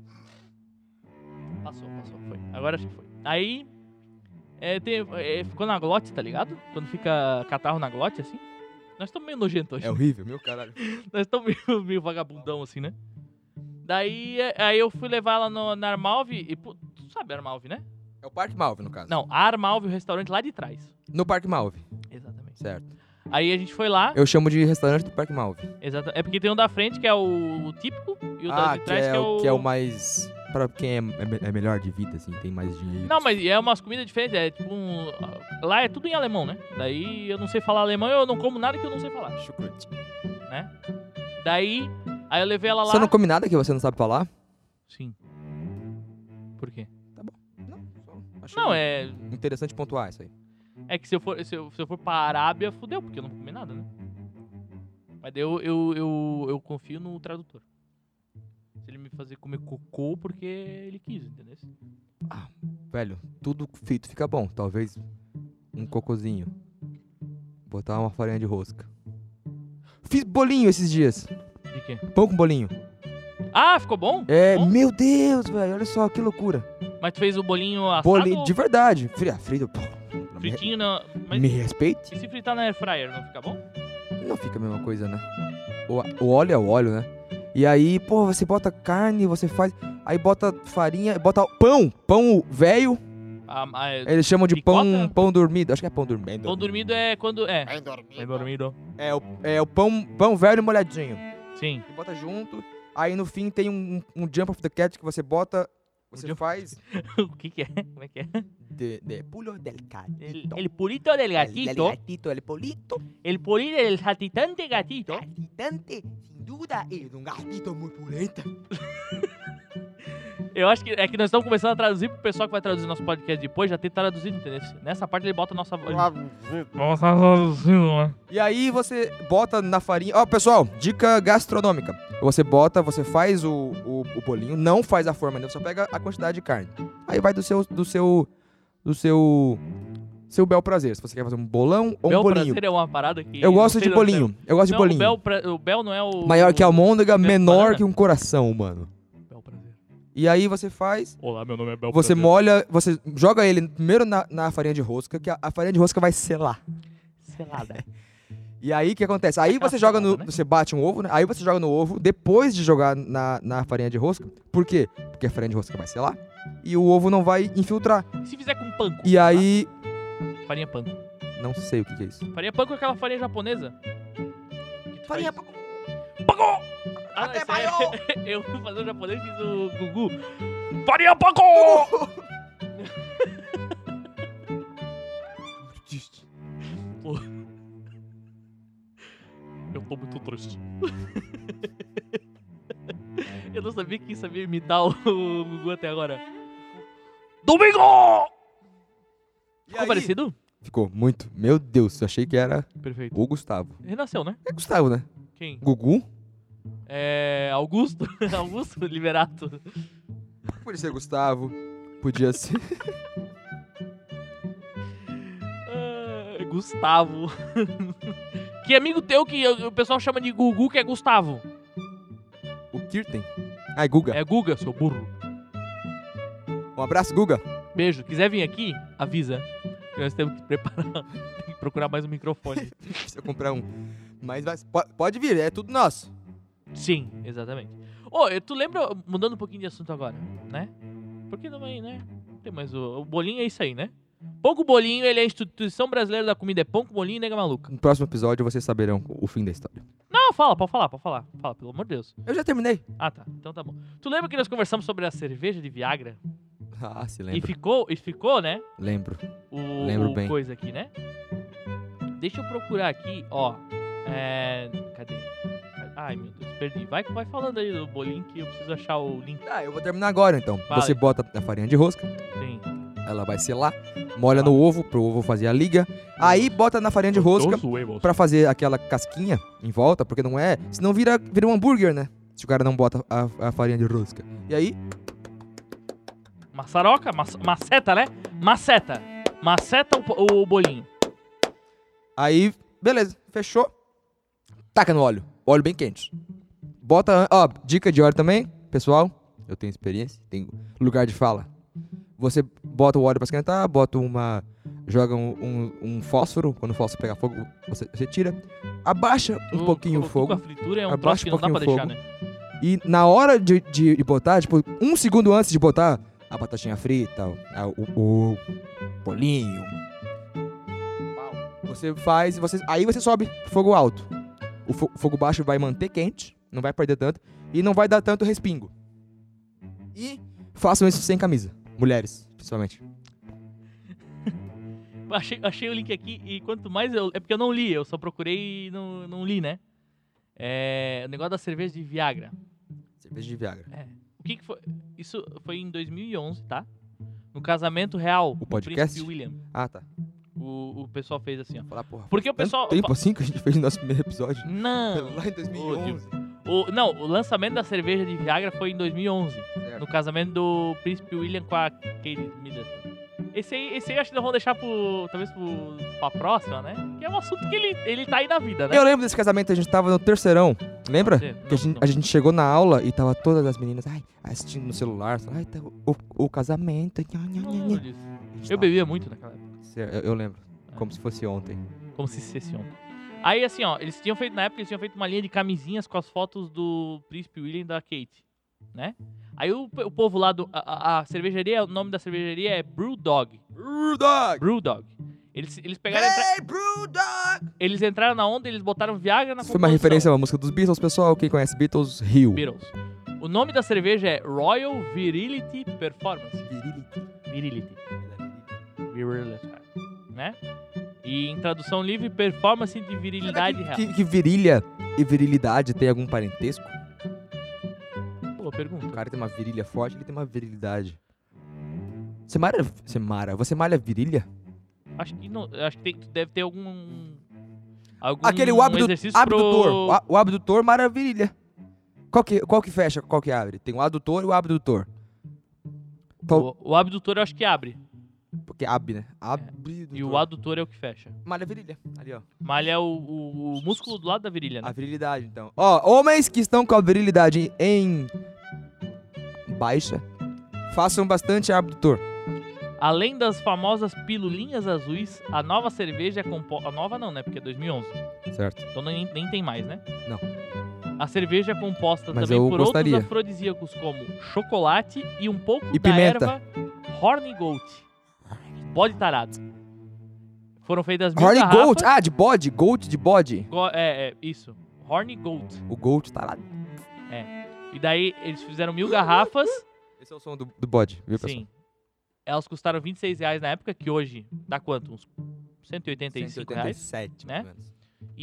Passou, passou, foi. Agora acho que foi. Aí, é, tem, é, ficou na glote, tá ligado? Quando fica catarro na glote, assim. Nós estamos meio nojentos hoje. É horrível, meu caralho. Nós estamos meio, meio vagabundão, assim, né? Daí, é, aí eu fui levar ela no, na Armalve e... Pô, tu sabe a Armalve, né? É o Parque Malve, no caso. Não, a Armalve, o restaurante lá de trás. No Parque Malve, Exatamente. certo. Aí a gente foi lá. Eu chamo de restaurante do Parque Malve. Exata, é porque tem um da frente, que é o, o típico, e o da Ah, de que trás, é, que é o, o... que é o mais... Pra quem é, é me- é melhor de vida, assim, tem mais dinheiro. Não, mas é umas comidas diferentes, é tipo um... Lá é tudo em alemão, né? Daí eu não sei falar alemão, eu não como nada que eu não sei falar, Chucrute. né? Daí, aí eu levei ela lá... Você não come nada que você não sabe falar? Sim. Por quê? Não, só achei Não, é... interessante pontuar isso aí. É que se eu for, se eu, se eu for pra Arábia, fudeu, porque eu não vou comer nada, né? Mas daí eu, eu, eu, eu confio no tradutor. Se ele me fazer comer cocô, porque ele quis, entendeu? Velho, tudo feito fica bom. Talvez um cocôzinho. Botar uma farinha de rosca. Fiz bolinho esses dias. De quê? Pão com bolinho. Ah, ficou bom? É, Bom? meu Deus, velho. Olha só, que loucura. Mas tu fez o bolinho assado Bolinho, ou de verdade. Fria, frito. pô, me, fritinho na... Mas me respeite. e se fritar na air fryer, não fica bom? Não fica a mesma coisa, né? O, o óleo é o óleo, né? E aí, pô, você bota carne, você faz... Aí bota farinha, bota pão. Pão velho. Ah, ah, é- Eles chamam de pão, Picota? pão dormido. Acho que é pão dormido. Pão dormido é quando... É, Bem dormido. bem dormido. É o, é o pão, pão velho molhadinho. Sim. E bota junto. Aí no fim tem um, um Jump of the Cat que você bota... Você Jump- faz... O que que é? Como é que é? De, de pulo del gatito. El, el purito del gatito. gatito, el polito. El purito del saltitante gatito. Gatitante, sin duda, es un gatito muy pulento. Eu acho que é que nós estamos começando a traduzir pro pessoal que vai traduzir nosso podcast depois, já ter traduzido, entendeu? Nessa parte ele bota a nossa voz. Vamos traduzindo, né? E aí você bota na farinha... Ó, pessoal, dica gastronômica. Você bota, você faz o, o, o bolinho, não faz a forma, né? Só pega a quantidade de carne. Aí vai do seu... Do seu... Do seu... Seu bel prazer. Se você quer fazer um bolão ou um Bel bolinho. prazer é uma parada que... Eu não gosto sei de onde bolinho. Eu gosto de Não, bolinho. O Bel, pra- o Bel não é o... Maior que a almôndega, Bel menor banana? que um coração, mano. Bel prazer. E aí você faz... Olá, meu nome é Bel Você prazer. molha... Você joga ele primeiro na, na farinha de rosca, que a, a farinha de rosca vai selar. Selada. E aí o que acontece? Aí Aquela você joga no... selada, né? Você bate um ovo, né? Aí você joga no ovo, depois de jogar na, na farinha de rosca. Por quê? Porque a farinha de rosca vai selar. E o ovo não vai infiltrar. E se fizer com panko? E aí... Tá? Farinha panko. Não sei o que, que é isso. Farinha panko é aquela farinha japonesa. Que tu Farinha... faz- Panko! Ah, Até esse aí- maior! Eu fui fazer o japonês e fiz o Gugu. Farinha panko! Pô. Eu tô muito triste. Eu não sabia que sabia imitar o Gugu até agora. Domingo! E Ficou aí- parecido? Ficou muito. Meu Deus, eu achei que era Perfeito. o Gustavo. Renasceu, né? É Gustavo, né? Quem? Gugu? É, Augusto. Augusto Liberato. Podia ser Gustavo. Podia ser. Ah, Gustavo. Que amigo teu que o pessoal chama de Gugu, que é Gustavo? O Kirten. Ai, Guga. É Guga, seu burro. Um abraço, Guga. Beijo. Quiser vir aqui, avisa. Nós temos que preparar. Tem que procurar mais um microfone. Precisa comprar um. Mas vai, po- pode vir, é tudo nosso. Sim, exatamente. Ô, eu- tu lembra, mudando um pouquinho de assunto agora, né? Porque também, né? Tem mais o, o bolinho é isso aí, né? Pão com bolinho, ele é a instituição brasileira da comida, é pão com bolinho e nega maluca. No próximo episódio vocês saberão o fim da história. Não, fala, pode falar, pode falar. Fala, pelo amor de Deus. Eu já terminei. Ah, tá. Então tá bom. Tu lembra que nós conversamos sobre a cerveja de Viagra? Ah, se E lembra. ficou, e ficou, né? Lembro. O, Lembro o bem. coisa aqui, né? Deixa eu procurar aqui, ó. É. Cadê? Ai, meu Deus, perdi. Vai, vai falando aí do bolinho que eu preciso achar o link. Ah, eu vou terminar agora então. Fala Você aí. bota a farinha de rosca, Sim. ela vai selar, molha no ovo pro ovo fazer a liga. Aí bota na farinha de rosca pra fazer aquela casquinha em volta, porque não é. Senão vira, vira um hambúrguer, né? Se o cara não bota a, a farinha de rosca. E aí, Maçaroca? Mac- maceta, né? Maceta. Maceta o, o bolinho. aí, beleza, fechou. Taca no óleo, óleo bem quente. Bota, ó, dica de óleo também, pessoal. Eu tenho experiência, tenho lugar de fala. Você bota o óleo pra esquentar, bota uma. Joga um, um, um fósforo. Quando o fósforo pegar fogo, você, você tira. Abaixa um Tu pouquinho o colocou fogo. Com a fritura é um Abaixa troço que não dá um pra pouquinho deixar, o né? E na hora de, de, de botar, tipo, um segundo antes de botar a batatinha frita, o, a- o, o bolinho. Você faz, você, aí você sobe pro fogo alto. O fo- fogo baixo vai manter quente, não vai perder tanto, e não vai dar tanto respingo. E façam isso sem camisa. Mulheres, principalmente. Achei, achei o link aqui e quanto mais eu... É porque eu não li, eu só procurei e não, não li, né? É... O negócio da cerveja de Viagra. Cerveja de Viagra. É. O que que foi? Isso foi em dois mil e onze, tá? No casamento real do podcast? Príncipe William. Ah, tá. O, o pessoal fez assim, ó. Falar, porra. Porque o Tanto pessoal... tempo assim que a gente fez no nosso primeiro episódio. Não! Lá em dois mil e onze. O, não, o lançamento da cerveja de Viagra foi em dois mil e onze. Certo. No casamento do Príncipe William com a Kate Middleton. Esse aí, esse aí eu acho que nós vamos deixar pro, talvez pro, pra próxima, né? Que é um assunto que ele, ele tá aí na vida, né? Eu lembro desse casamento, a gente tava no terceirão. Lembra? Você? Que a Não, gente, não. a gente chegou na aula e tava todas as meninas ai, assistindo no celular. Ai, tá o, o casamento. Nha, nha, Não nha, lembro nha. disso. A gente Eu tava- bebia muito naquela época. Eu, eu lembro. Como se fosse ontem. Como se fosse ontem. Aí, assim, ó, eles tinham feito, na época, eles tinham feito uma linha de camisinhas com as fotos do Príncipe William e da Kate, né? Aí o, o povo lá do... A, a- a cervejaria, o nome da cervejaria é Brewdog. Brewdog! Brewdog. Eles, eles pegaram... entra- Hey, Brewdog! Eles entraram na onda, eles botaram Viagra na Isso foi uma composição. referência a uma música dos Beatles, pessoal. Quem conhece Beatles, Rio. Beatles. O nome da cerveja é Royal Virility Performance. Virility. Virility. Né? E em tradução livre, performance de virilidade Será real. que, que, que virilha e virilidade tem algum parentesco? Boa pergunta. O cara tem uma virilha forte, ele tem uma virilidade. Você malha, você malha, você malha virilha? Acho que não. Acho que tem- deve ter algum. Algum Aquele o abdu, exercício abdutor. pro... O, a- o abdutor malha a virilha. Qual que, qual que fecha, qual que abre? Tem o adutor e o abdutor. Qual- O, o abdutor eu acho que abre. Porque abre, né? Abre. E o adutor é o que fecha. Malha a virilha. Ali, ó. Malha é o, o, o músculo do lado da virilha, né? A virilidade, então. Ó, homens que estão com a virilidade em baixa, façam bastante abdutor. Além das famosas pilulinhas azuis, a nova cerveja é composta... A nova não, né? Porque é dois mil e onze. Certo. Então nem, nem tem mais, né? Não. A cerveja é composta Mas também eu por gostaria. outros afrodisíacos como chocolate e um pouco E da pimenta. erva Horny Goat. Bode tarado. Foram feitas mil Horny garrafas. Goat. Ah, de bode. Goat de bode. Go- É, é, isso. Horny Goat. O Goat tá lá. E daí eles fizeram mil garrafas. Esse é o som do, do bode, viu, pessoal? Sim. Elas custaram vinte e seis reais na época, que hoje dá quanto? Uns cento e oitenta e cinco reais. cento e oitenta e sete, né? mais ou menos.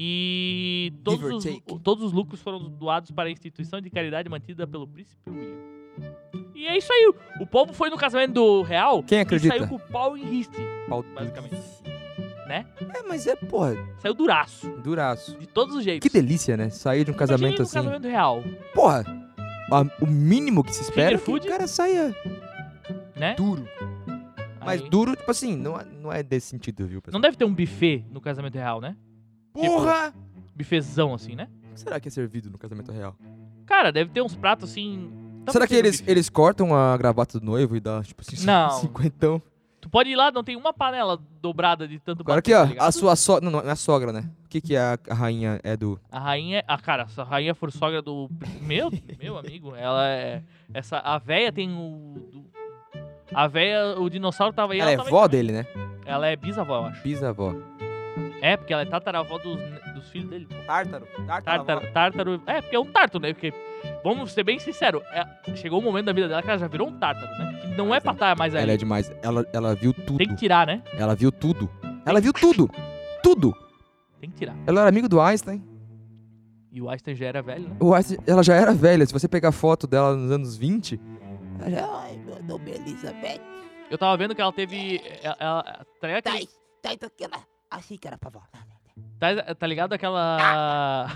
E Give todos or os, take. todos os lucros foram doados para a instituição de caridade mantida pelo Príncipe William. E é isso aí. O povo foi no casamento do real Quem e acredita? saiu com o pau em riste. Pau- basicamente. né? É, mas é, porra, Saiu duraço. duraço. De todos os jeitos. Que delícia, né? Sair de um Imagine casamento um assim. casamento real, Porra, a- o mínimo que se espera é Finger que food? o cara saia né? duro. Mas Aí- duro, tipo assim, não, é- não é desse sentido, viu, pessoal? Não deve ter um buffet no casamento real, né? Porra! Buffetzão assim, né? O que será que é servido no casamento real? Cara, deve ter uns pratos assim... dá será pra que ter no eles, buffet. eles cortam a gravata do noivo e dá, tipo assim, Não. cinquentão? Tu pode ir lá, não tem uma panela dobrada de tanto Agora bater, aqui, ó, tá ligado? a sua sogra... Não, não é a sogra, né? O que que a, a rainha é do... A rainha... Ah, cara, se a rainha for sogra do... Meu, meu amigo, ela é... Essa, a véia tem o... do- A véia, o dinossauro tava aí... Ela é tava aí vó também. dele, né? Ela é bisavó, eu acho. Bisavó. É, porque ela é tataravó dos, dos filhos dele. pô. Tártaro. Tártaro, tártaro... É, porque é um tártaro, né? Porque, vamos ser bem sinceros, é- chegou um momento da vida dela que ela já virou um tártaro, né? Que não é pra estar mais ali. Ela é demais. Ela, ela viu tudo. Tem que tirar, né? Ela viu tudo. Ela viu tudo. Tudo. Tem que tirar. Ela era amigo do Einstein. E o Einstein já era velho, né? O Einstein, ela já era velha. Se você pegar foto dela nos anos vinte... Ela já... Ai, meu nome é Elizabeth. Eu tava vendo que ela teve... Ela, ela- tá ligado aquele- Tá, tá, tá, assim que era pra vó. Tá, tá ligado aquela...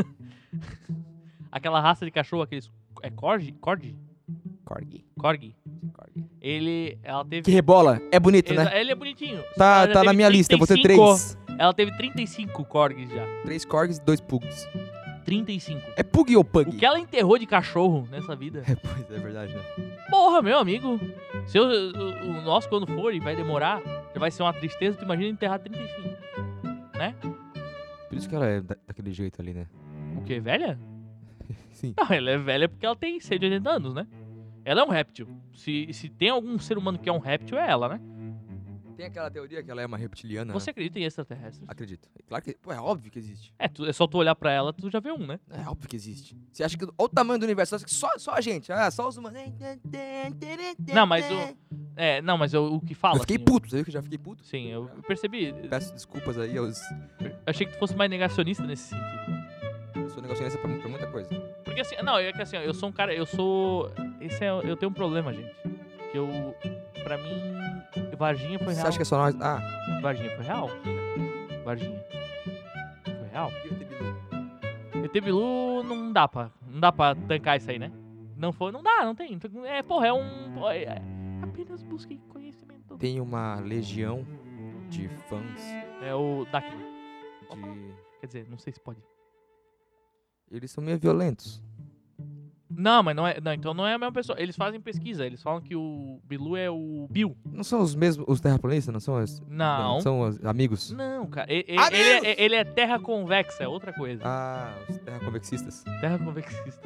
aquela raça de cachorro, aqueles... É Corgi? Corgi? Corgi. Corgi. Corgi. Ele... Ela teve... Que rebola. É bonito, Exa- né? Ele é bonitinho. Tá, Ela já tá na teve minha lista. Eu vou ter trinta e cinco. três. Ela teve trinta e cinco corgis já. Três corgis e dois pugs. trinta e cinco. É pug ou pug? O que ela enterrou de cachorro nessa vida? É, pois é, é verdade, né? Porra, meu amigo. Se eu, o, o nosso, quando for, e vai demorar, já vai ser uma tristeza. Tu imagina enterrar trinta e cinco. Né? Por isso que ela é da- daquele jeito ali, né? O quê? Velha? Sim. Não, ela é velha porque ela tem cento e oitenta anos, né? Ela é um réptil. Se, se tem algum ser humano que é um réptil, é ela, né? Tem aquela teoria que ela é uma reptiliana. Você acredita em extraterrestres? Acredito. Claro que... Pô, é óbvio que existe. É, tu- é só tu olhar pra ela, tu já vê um, né? É óbvio que existe. Você acha que... Olha o tamanho do universo. Você acha que só, só a gente. Ah, só os humanos. Não, mas o... É, não, mas eu, o que fala... Eu fiquei assim, puto. Você viu que eu já fiquei puto? Sim, eu percebi. Peço desculpas aí aos... Eu achei que tu fosse mais negacionista nesse sentido. Eu sou negacionista pra, pra muita coisa. Porque assim, não, é que assim, ó, eu sou um cara, eu sou... Esse é, eu tenho um problema, gente. Que eu... Pra mim, Varginha foi Você real. acha que é só nós... Ah. Varginha foi real. Varginha. Foi real. E o Tebilu? E T Bilu não dá pra. Não dá pra tancar isso aí, né? Não foi, não dá, não tem. É, porra, é um. Porra, é, apenas busquei conhecimento. Tem uma legião de fãs É o Dakma. de... Quer dizer, não sei se pode. Eles são meio violentos. Não, mas não é. Não, então não é a mesma pessoa. Eles fazem pesquisa, eles falam que o Bilu é o Bill. Não são os mesmos... Os terraplanistas, não são os... Não. São os amigos? Não, cara. Ele, ele, Amigos! ele é, ele é terra convexa, é outra coisa. Ah, os terraconvexistas. Terra convexista.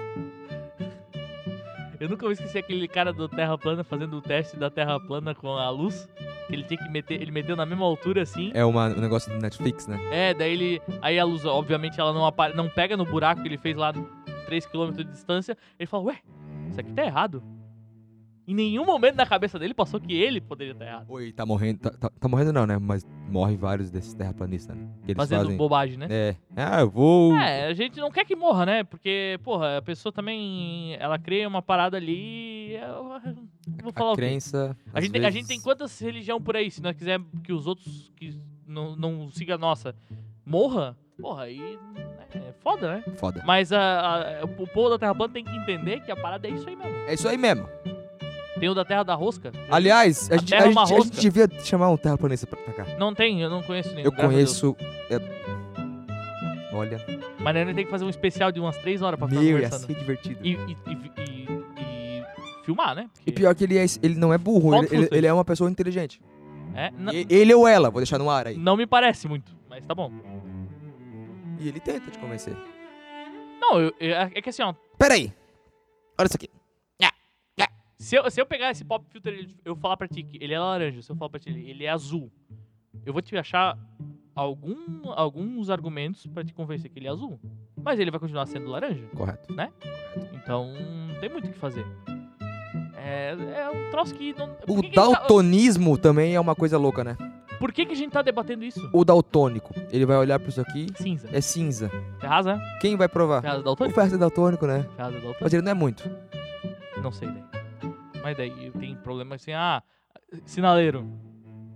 Eu nunca vou esquecer aquele cara do Terra Plana fazendo o teste da Terra Plana com a luz. Que ele tinha que meter. Ele meteu na mesma altura assim. É uma, um negócio do Netflix, né? É, daí ele. Aí a luz, obviamente, ela não, apare, não pega no buraco que ele fez lá três quilômetros de distância. Ele fala, ué, isso aqui tá errado. Em nenhum momento na cabeça dele passou que ele poderia estar errado. Oi, tá morrendo. Tá, tá- tá morrendo não, né? Mas morre vários desses terraplanistas, né? Que eles Fazendo fazem. bobagem, né? É. Ah, eu vou. É, a gente não quer que morra, né? Porque, porra, a pessoa também. Ela cria uma parada ali. Eu, eu vou falar a o quê? crença. A às gente, a vezes- gente tem quantas religiões por aí? Se nós quiser que os outros que não, não sigam a nossa morra, porra, aí é foda, né? Foda. Mas a, a- o povo da Terra Plana tem que entender que a parada é isso aí mesmo. É isso aí mesmo. Tem o da Terra da Rosca. Aliás, a, A gente, Terra a, é uma gente, a rosca. gente devia chamar um terraplanista pra, pra cá. Não tem, eu não conheço nenhum. Eu graças a conheço. é- Olha. Deus. Mas a gente tem que fazer um especial de umas três horas pra ficar Meu, ia conversando. ser divertido. E, e, e, e- e filmar, né? Porque E pior que ele, é, ele não é burro, Foto ele, ele, footage. ele é uma pessoa inteligente. é, n- E- ele ou ela, vou deixar no ar aí. não me parece muito, mas tá bom. E ele tenta te convencer. Não, eu- eu- é que assim, ó. Pera aí. Olha isso aqui. Se eu, se eu pegar esse pop filter e eu falar pra ti que ele é laranja, se eu falar pra ti ele, ele é azul, eu vou te achar algum, alguns argumentos pra te convencer que ele é azul. Mas ele vai continuar sendo laranja. Correto. Então não tem muito o que fazer. É, é um troço que não. O por que que a gente tá- daltonismo também é uma coisa louca, né? Por que, que a gente tá debatendo isso? O daltônico, ele vai olhar pra isso aqui, Cinza. é cinza. Tem razão, né? Quem vai provar? Tem razão O daltônico? Ferro é daltônico, né? Tem razão daltônico? Mas ele não é muito. Não sei daí. Mas daí tem problema assim, ah, sinaleiro.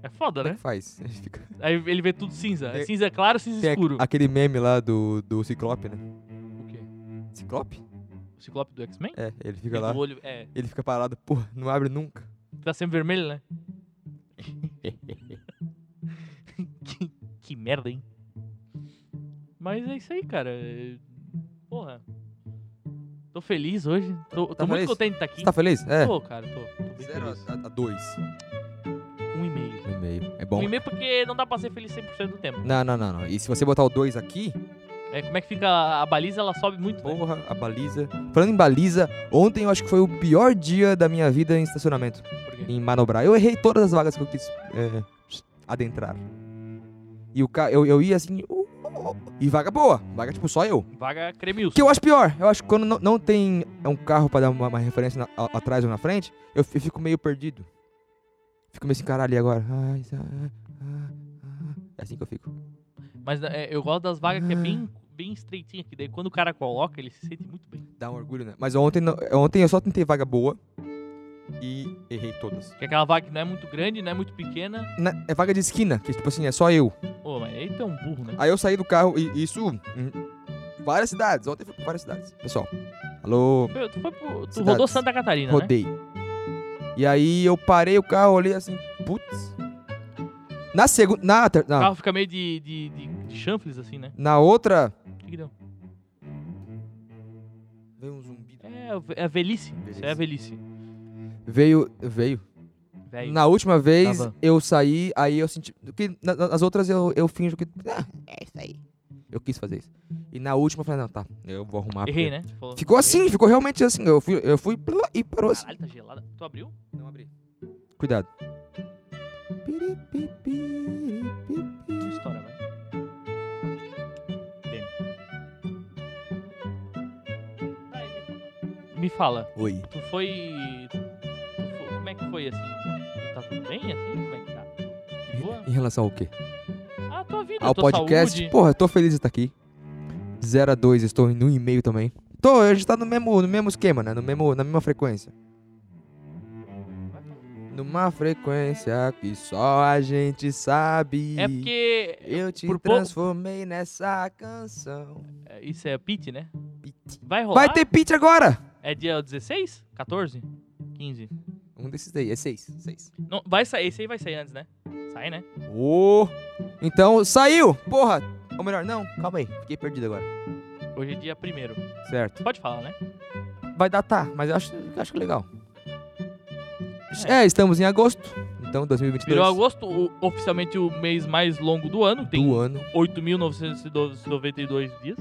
É foda, Como é né? que faz? Ele fica- Aí ele vê tudo cinza. É Tem- cinza claro, cinza Tem escuro. a- aquele meme lá do, do Ciclope, né? O quê? Ciclope? O Ciclope do X-Men? É, ele fica Aquele lá, do olho, é, ele fica parado, porra, não abre nunca. tá sempre vermelho, né? que, que merda, hein? Mas é isso aí, cara. É- Porra. Tô feliz hoje. Tô, tô Tá muito feliz? contente de estar aqui. Você tá feliz? É. Tô, cara, tô. tô bem Zero feliz. a, a dois. Um e meio. Um e meio. É bom? Um e meio porque não dá pra ser feliz cem por cento do tempo. Não, não, não, não. E se você botar o dois aqui, É, como é que fica a, a baliza, ela sobe muito, né? porra, a baliza. Falando em baliza, ontem eu acho que foi o pior dia da minha vida em estacionamento. Por quê? Em manobrar. Eu errei todas as vagas que eu quis é, adentrar. E o ca... eu, eu ia assim. uh, uh, uh, e vaga boa. Vaga tipo só eu. Vaga Cremilson. Que eu acho pior. Eu acho que quando não, não tem um carro pra dar uma, uma referência na- a- atrás ou na frente, eu, f- eu fico meio perdido. Fico meio assim, caralho, e agora? Ai, ah, ah, ah. É assim que eu fico. Mas é, eu gosto das vagas que é Ah. bem, bem estreitinha, que daí quando o cara coloca, ele se sente muito bem. Dá um orgulho, né? Mas ontem, não- ontem eu só tentei vaga boa e errei todas. Que é aquela vaga que não é muito grande, não é muito pequena. Na- é vaga de esquina, que tipo assim, é só eu. Ô, mas aí tu é um burro, né? Aí eu saí do carro, e isso em várias cidades. Ontem eu fui pra várias cidades. Pessoal, alô, Tu, tu foi pro, tu Cidades. rodou Santa Catarina, né? rodei. E aí eu parei o carro, olhei assim, putz. Na segunda, na, ter- O na, carro fica meio de, de, de, de chanfles, assim, né? na outra... O que que deu? Veio um zumbido. É, o- é a velhice. Isso é a velhice. Veio, veio. Velho. Na última vez Tava. eu saí, aí eu senti... Que na- nas outras eu, eu finjo que... Ah, é isso aí. Eu quis fazer isso. E na última eu falei, não, tá, eu vou arrumar. Errei, porque- né? Falou- Ficou errei. assim, ficou realmente assim. Eu fui, eu fui plá, e parou assim. Caralho, tá gelada. Tu abriu? Não abri. Cuidado. Não estoura, vai. Bem. Aí, me fala, Oi. tu foi... tu fo- como é que foi, assim? Tu tá tudo bem, assim? Como é que tá? De boa? Em relação ao quê? Ah, tua vida, Ao tua podcast? saúde. Porra, eu tô feliz de estar aqui. zero a dois, estou em um e meio também. Tô, a gente tá no mesmo, no mesmo esquema, né? No mesmo, na mesma frequência. Numa frequência que só a gente sabe. É porque... Eu te por pouco- transformei nessa canção. é, Isso é Pete, né? Pit. Vai rolar? Vai ter pitch agora! É dia dezesseis? quatorze? quinze? Um desses daí, é seis. Seis. Não, vai sair, esse aí vai sair antes, né? Sai, né? Ô! Então, saiu! Porra! Ou melhor, não, calma aí. Fiquei perdido agora. Hoje é dia primeiro. Certo. Pode falar, né? Vai datar, mas eu acho, eu acho legal. É. estamos em agosto. Então, dois mil e vinte e dois. Virou agosto, o- oficialmente o mês mais longo do ano. Tem Do ano. oito mil novecentos e noventa e dois dias.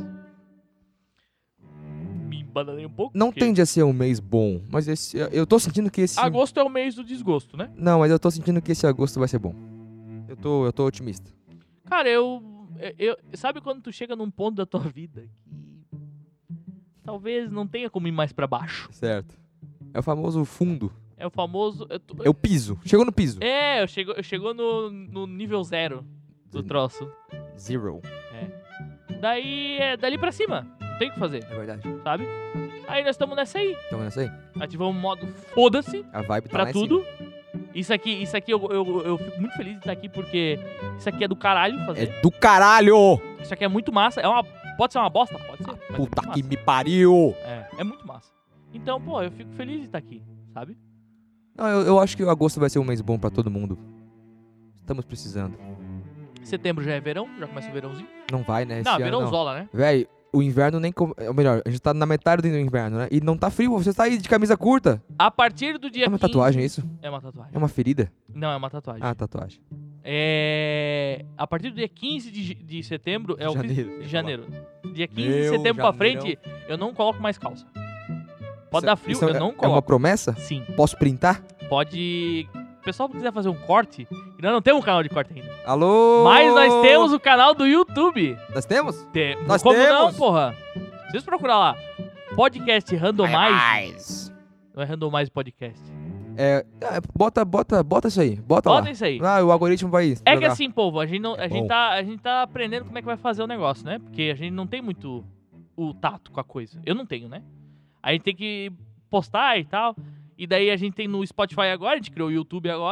Me embananei um pouco. Não porque tende a ser um mês bom, mas esse, eu- eu tô sentindo que esse... Agosto é o mês do desgosto, né? Não, mas eu tô sentindo que esse agosto vai ser bom. Eu tô, eu tô otimista. Cara, eu, eu. Sabe quando tu chega num ponto da tua vida que. Talvez não tenha como ir mais pra baixo? Certo. É o famoso fundo. É o famoso. eu tô- É o piso. Chegou no piso. É, eu chegou, eu chegou no, no nível zero do troço. Zero. Daí é dali pra cima. Não tem o que fazer, É verdade. sabe? Aí nós estamos nessa aí. Então, nessa aí. Ativamos o modo foda-se A vibe tá pra lá em tudo. Isso aqui, isso aqui eu, eu, eu fico muito feliz de estar aqui porque isso aqui é do caralho cima. fazer. É do caralho! Isso aqui é muito massa. É uma, pode ser uma bosta? Pode ser. mas é Puta muito que massa. me pariu! É, é muito massa. Então, pô, eu fico feliz de estar aqui, sabe? Não, eu, eu acho que o agosto vai ser um mês bom pra todo mundo. Estamos precisando. Setembro já é verão, já começa o verãozinho. Não vai, né? Esse não, ano, verão não. zola, né? Véi, o inverno nem... Com... Ou melhor, a gente tá na metade do inverno, né? E não tá frio, você tá aí de camisa curta. A partir do dia É uma quinze... tatuagem isso? É uma tatuagem. É uma ferida? Não, é uma tatuagem. Ah, tatuagem. É... A partir do dia quinze de, de setembro... É o Janeiro, de ia janeiro. Dia quinze de Meu, setembro pra janeirão. frente, eu não coloco mais calça. Pode Isso- dar frio, isso eu é, não É uma coloco. promessa? Sim, Posso printar? pode... O pessoal que quiser fazer um corte, e nós não temos um canal de corte ainda. Alô? Mas nós temos o canal do YouTube. Nós temos? Tem... Nós Como não, temos. porra? Vocês procurar lá. Podcast Randomize. Não é Randomize Podcast. É, é, bota, bota, bota isso aí. Bota, Bota lá. isso aí. Ah, o algoritmo vai É que jogar. assim, povo, a gente, não, a, É gente bom. tá, a gente tá aprendendo como é que vai fazer o negócio, né? Porque a gente não tem muito o tato com a coisa. Eu não tenho, né? A gente tem que postar e tal. E daí a gente tem no Spotify agora, a gente criou o YouTube agora.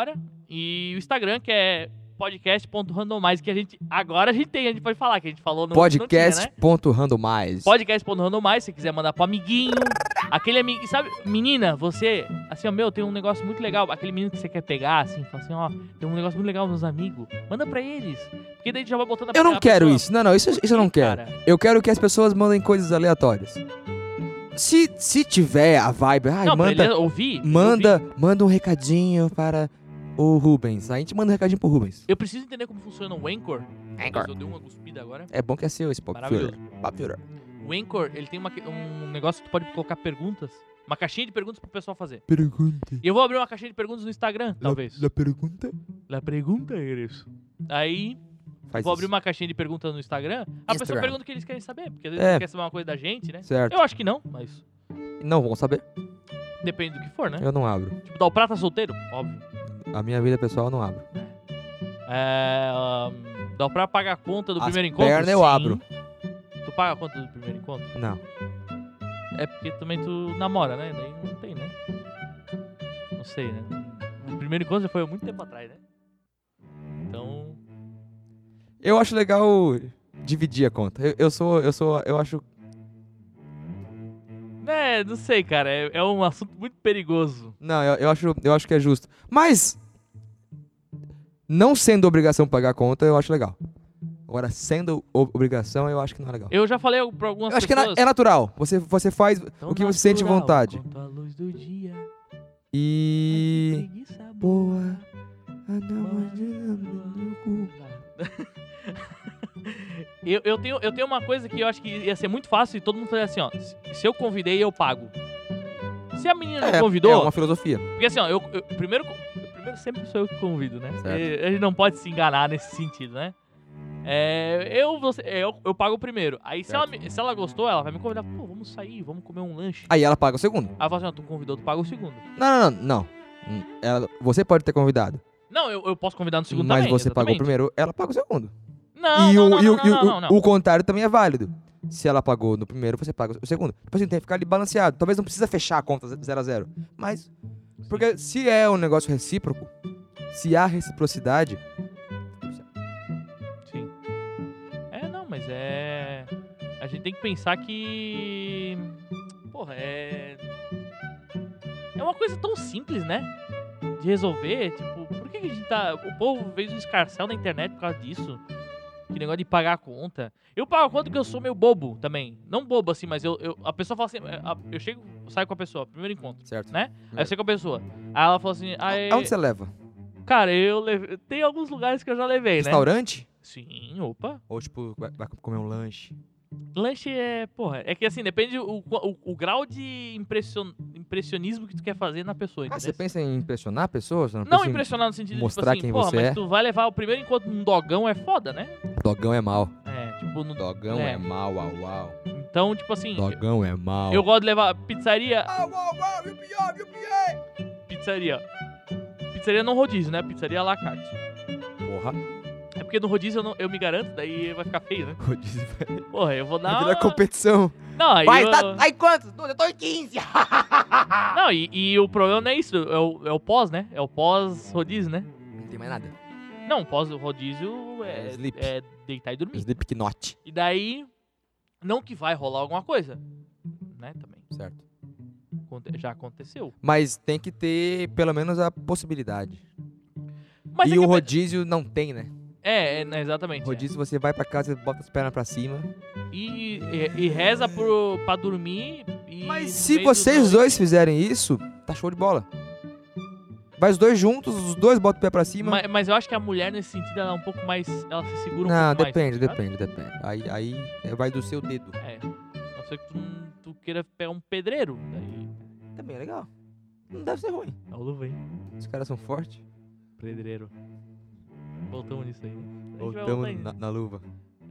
E o Instagram, que é podcast.randomize, que a gente... Agora a gente tem, a gente pode falar, que a gente falou no... Podcast.randomize. né? Podcast.randomize, se quiser mandar pro amiguinho. Aquele amigo... Sabe, menina, você... Assim, ó, meu, tem um negócio muito legal. Aquele menino que você quer pegar, assim, fala assim, ó... Tem um negócio muito legal nos amigos. Manda pra eles. Porque daí a gente já vai botando... Eu não a quero pessoa. isso. Não, não, isso, isso eu não quero. Cara, Eu quero que as pessoas mandem coisas aleatórias. Se, se tiver a vibe... Ai, não, pra manda... ele ouvir... pra ele Manda, ouvir. manda um recadinho para o Rubens. A gente manda um recadinho pro Rubens. Eu preciso entender como funciona o Anchor. Anchor. Eu dei uma cuspida agora. É bom que é seu esse pop Maravilhoso. filter. Pop filter. O Anchor, ele tem uma, um negócio que tu pode colocar perguntas. Uma caixinha de perguntas pro pessoal fazer. Pergunta. E eu vou abrir uma caixinha de perguntas no Instagram, talvez. La, la pergunta? La pergunta é isso. Aí, Faz vou isso. abrir uma caixinha de perguntas no Instagram. A pessoa Instagram. pergunta o que eles querem saber. Porque às vezes É. eles querem saber uma coisa da gente, né? Certo. Eu acho que não, mas Não vão saber. depende do que for, né? Eu não abro. Tipo, dar o prata solteiro, óbvio. A minha vida pessoal eu não abro. É, um, dá pra pagar a conta do As primeiro encontro? pernas eu Sim. abro. Tu paga a conta do primeiro encontro? Não. É porque também tu namora, né? Daí não tem, né? Não sei, né? O primeiro encontro já foi há muito tempo atrás, né? Então... Eu acho legal dividir a conta. Eu, eu sou, eu sou, eu acho... É, não sei, cara. É, é um assunto muito perigoso. Não, eu, eu acho, eu acho que é justo. Mas, não sendo obrigação pagar a conta, eu acho legal. Agora, sendo o- obrigação, eu acho que não é legal. Eu já falei pra algumas Eu acho que é na- pessoas... é natural. Você, você faz tão o que você sente natural vontade. quanto a luz do dia, E... preguiça Boa. eu, eu, tenho, eu tenho uma coisa que eu acho que ia ser muito fácil e todo mundo fazer assim, ó. Se, se eu convidei, eu pago. Se a menina É, não convidou... é uma filosofia. Porque assim, ó, eu, eu- primeiro, eu- primeiro sempre sou eu que convido, né? Certo. E a gente não pode se enganar nesse sentido, né? É, eu, você, eu, eu pago o primeiro. Aí se ela, Certo. me- se ela gostou, ela vai me convidar, pô, vamos sair, vamos comer um lanche. Aí ela paga o segundo. Aí eu falo assim, ó, tu convidou, tu paga o segundo. Não, não, não. não. Hum, Ela, você pode ter convidado. Não, eu, eu posso convidar no segundo Mas também, você pagou o exatamente. primeiro, ela paga o segundo. Não, e não, o, não, e o, não, e o- não, não, não. o contrário também é válido. Se ela pagou no primeiro, você paga o segundo. Tipo assim, tem que ficar ali balanceado. Talvez não precisa fechar a conta zero a zero. Mas, porque se é um negócio recíproco, se há reciprocidade, Sim. É, não, mas é... A gente tem que pensar que... Porra, é... É uma coisa tão simples, né? De resolver, tipo... Por que que a gente tá... O povo fez um escarcel na internet por causa disso. Que negócio de pagar a conta. Eu pago a conta porque eu sou meio bobo também. Não bobo assim, mas eu... eu a pessoa fala assim... a- Eu chego, saio com a pessoa, primeiro encontro, certo? né? Aí eu saio com a pessoa. Aí ela fala assim... Aí, Aonde você leva? cara, eu leve... Tem alguns lugares que eu já levei, né? Restaurante? Sim, opa. Ou tipo, vai, vai comer um lanche? Lanche é, porra, é que assim, depende o, o, o grau de impression, impressionismo que tu quer fazer na pessoa, Ah, entendeu? você pensa em impressionar pessoas? Você Não, Não pensa em- impressionar no sentido mostrar de, tipo assim, quem porra, você mas é? tu vai levar o primeiro encontro num dogão é foda, né? Dogão é mal. É, tipo, no... Dogão É. é, mal, au, au. Então, tipo assim, Dogão é mal. eu gosto de levar pizzaria, Au, au, au, U P A, U P A. pizzaria, pizzaria não rodízio, né? Pizzaria à la carte. Porra. É porque no rodízio eu, não, eu me garanto, daí vai ficar feio, né? Rodízio vai Porra, eu vou dar virar uma... competição. Não, aí Vai, eu... tá, aí quantos? Eu tô em quinze. Não, e, e o problema não é isso, é o, é o pós, né? É o pós-rodízio, né? Não tem mais nada. Não, pós-rodízio É é, sleep. é deitar e dormir. Slipknot. E daí, não que vai rolar alguma coisa, né, também. Certo. Aconte- Já aconteceu. Mas tem que ter pelo menos a possibilidade. Mas e é o que- rodízio não tem, né? É, é, né, exatamente. é. Rodízio você vai pra casa, bota as pernas pra cima. E, e, e reza pro, pra dormir. E Mas no se meio vocês do- dois fizerem isso, tá show de bola. Vai os dois juntos, os dois botam o pé pra cima. Mas, mas eu acho que a mulher, nesse sentido, ela é um pouco mais. Ela se segura um não, pouco mais. depende, tá ligado? depende, depende. Aí, aí é, vai do seu dedo. É. A não ser que tu, tu queira pegar um pedreiro. Daí. Também é legal. Não deve ser ruim. É o luva, hein? Os caras são fortes. Pedreiro. Voltamos nisso aí, né? A gente vai voltar Voltamos ainda. na, na luva.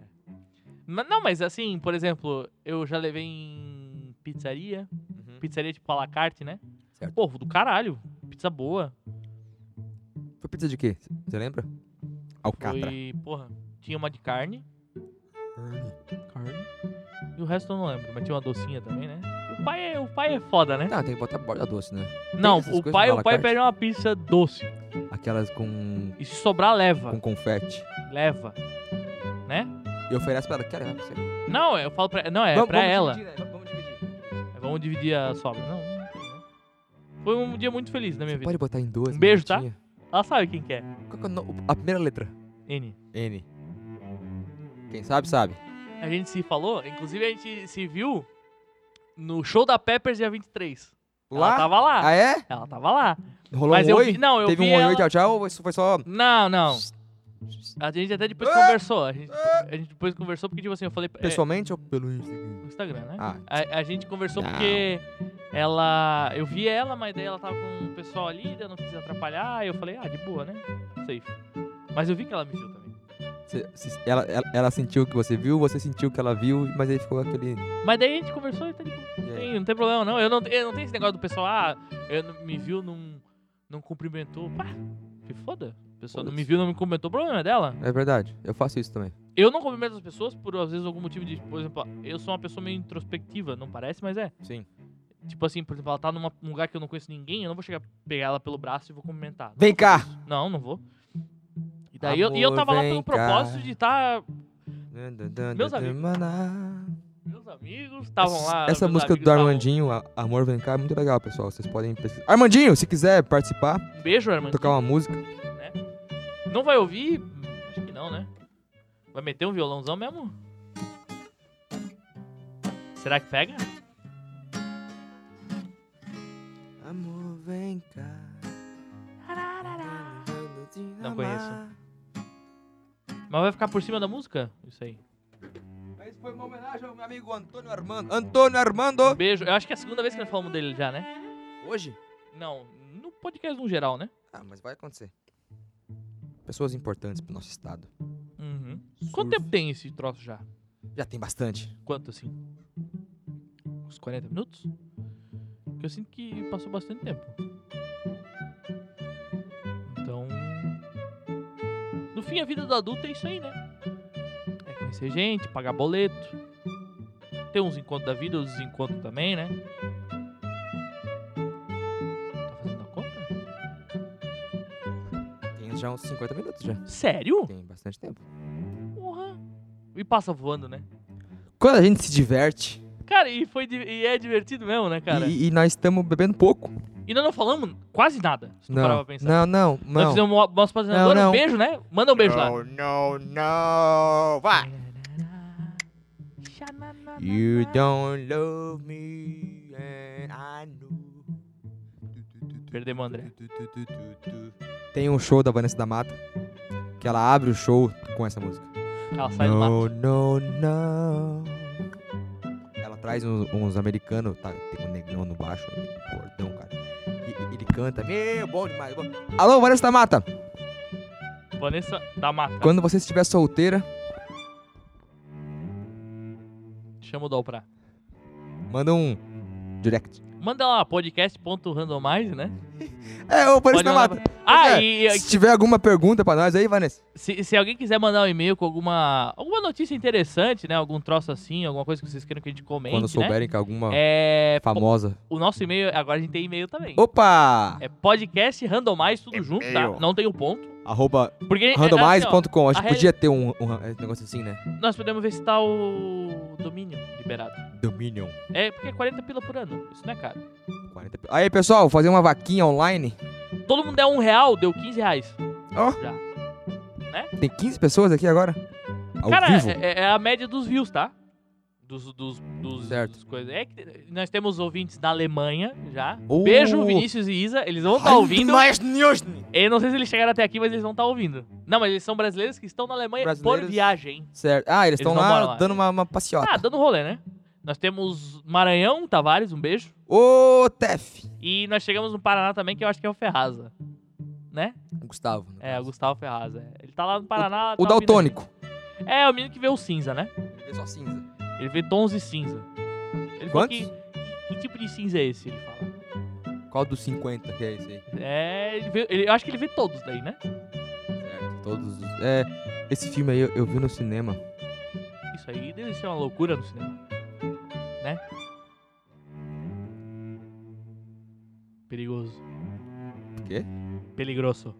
Mas, não, mas assim, por exemplo, eu já levei em pizzaria. Pizzaria tipo à la carte, né? Certo. Pô, do caralho. Pizza boa. Foi pizza de quê? Você lembra? Alcatra. Foi, porra, tinha uma de carne. Carne. E o resto eu não lembro, mas tinha uma docinha também, né? O pai é, o pai é foda, né? Não, tem que botar borda doce, né? Não, essas o coisas pai, no o pai Alacarte? pede uma pizza doce. Aquelas com, E se sobrar, leva. com confete. Leva. Né? E oferece pra ela. Quero levar pra você. Não, eu falo pra... Não, é Vamos- pra vamos ela. dividir, né? Vamos dividir. Vamos dividir a sobra. Não, não tem, né? Foi um dia muito feliz na minha vida. Pode botar em duas. Um beijo, tá? minutinho. Ela sabe quem que é. Qual que é o no- a primeira letra? N. N. Quem sabe, sabe. A gente se falou, inclusive a gente se viu no show da Peppers dia vinte e três. Lá? Ela tava lá. Ah, é? Ela tava lá. Rolou Mas um eu oi? vi- não, eu Teve vi um oi, ela- oi, tchau, tchau, ou isso foi só... Não, não. A gente até depois Ah! conversou. A gente, a gente depois conversou porque, tipo assim, eu falei... é, Pessoalmente ou pelo Instagram? no Instagram, né? Ah. A, a gente conversou Não. porque ela... Eu vi ela, mas daí ela tava com o pessoal ali, daí eu não quis atrapalhar. E eu falei, ah, de boa, né? Safe. Mas eu vi que ela me viu também. Cê- cê- ela, ela, ela sentiu que você viu, você sentiu que ela viu, mas aí ficou aquele... Mas daí a gente conversou e tá de boa. Não E aí? tem, não tem problema, não. Eu não, eu não tenho esse negócio do pessoal, ah, eu não- me viu, não, não cumprimentou. Pá, se foda. A pessoa não me viu, não me cumprimentou, o problema é dela. É verdade, eu faço isso também. Eu não cumprimento as pessoas por, às vezes, algum motivo de, por exemplo, eu sou uma pessoa meio introspectiva, não parece, mas é. Sim. Tipo assim, por exemplo, ela tá numa- num lugar que eu não conheço ninguém, eu não vou chegar, pegar ela pelo braço e vou cumprimentar. Vem cá! Não, não vou. E daí eu, e eu tava lá Amor, pelo vem propósito cá. de estar... Meus amigos. Meus amigos estavam lá. Essa meus música amigos do tavam- Armandinho, a- Amor Vem Cá, é muito legal, pessoal. Vocês podem pesquisar. Armandinho, se quiser participar, Um beijo, Armandinho. tocar uma música. Não vai ouvir? Acho que não, né? Vai meter um violãozão mesmo? Será que pega? Amor, vem cá. Não conheço. Mas vai ficar por cima da música? Isso aí. Mas foi uma homenagem ao meu amigo Antônio Armando. Antônio Armando! Beijo. Eu acho que é a segunda vez que nós falamos dele já, né? Hoje? Não, no podcast no geral, né? Ah, mas vai acontecer. Pessoas importantes pro nosso estado. Uhum. Quanto tempo tem esse troço já? Já tem bastante. Quanto assim? Uns quarenta minutos? Porque eu sinto que passou bastante tempo. Então... No fim, a vida do adulto é isso aí, né? É conhecer gente, pagar boleto. Ter uns encontros da vida, os desencontros também, né? Tá fazendo a conta? Tem já uns cinquenta minutos já. Sério? Tem bastante tempo. Porra. E passa voando, né? Quando a gente se diverte Cara, e, foi, di- e é divertido mesmo, né, cara? E, e, e nós estamos bebendo pouco. nós não falamos quase nada, se tu parar Não, pra pensar. não, não, Nós não. fizemos o nosso patrocinador, Não, não. um beijo, né? Manda um beijo lá. No, no, no. Vai! You don't love me and I know. Perdemos, André. Tem um show da Vanessa da Mata que ela abre o show com essa música. Ela sai do No, mato. no, no. Ela traz uns, uns americanos, tá, tem um negrão no baixo, um gordão, cara. E, e- ele canta, meu, bom demais. Bom. Alô, Vanessa da Mata. Vanessa da Mata. Quando você estiver solteira, Chama o Dol pra. manda um direct. Manda lá, podcast.randomize, né? É, ô, Vanessa Pode da mandar Mata. pra- Ah, É, e, e se tiver alguma pergunta pra nós aí, Vanessa. se, se alguém quiser mandar um e-mail com alguma, alguma notícia interessante, né? Algum troço assim, alguma coisa que vocês queiram que a gente comente, Quando né? souberem que alguma É... po- famosa. O nosso e-mail, agora a gente tem e-mail também. Opa! É podcast randomize, tudo junto, tá? E-mail. Não tem o ponto. Arroba Porque é, assim, ó, randomize ponto com. Acho a que reali- podia ter um, um negócio assim, né? nós podemos ver se tá o domínio liberado. Dominion. É, porque é quarenta pila por ano. Isso não é caro. quarenta pi- Aí, pessoal, vou fazer uma vaquinha online. Todo mundo der um real, deu quinze reais. Ó. Já. Tem quinze pessoas aqui agora? Ao Cara, vivo? é, é a média dos views, tá? Dos, dos, dos, Certo. dos coisas. É que nós temos ouvintes da Alemanha já. Oh. Beijo, Vinícius e Isa. Eles vão estar ouvindo. Mais news. Eu não sei se eles chegaram até aqui, mas eles vão estar ouvindo. Não, mas eles são brasileiros que estão na Alemanha por Brasileiros. viagem. Certo. Ah, eles Eles estão não lá, moram lá. dando uma, uma passeota. Ah, dando rolê, né? Nós temos Maranhão, Tavares, um beijo. Ô, Tef. E nós chegamos no Paraná também, que eu acho que é o Ferraza. Né? O Gustavo. no É, o caso. Gustavo Ferraza. é. Ele tá lá no Paraná. O tá ouvindo daltônico. a gente. É, o menino que vê o cinza, né? Ele vê só cinza. Ele vê tons de cinza. Ele falou Quantos? que, que tipo de cinza é esse? Ele fala. Qual dos cinquenta que é esse aí? É, ele vê, ele, eu acho que ele vê todos daí, né? Certo. Todos os... É, esse filme aí eu, eu vi no cinema. Isso aí deve ser uma loucura no cinema. né? Perigoso. O quê? Peligroso.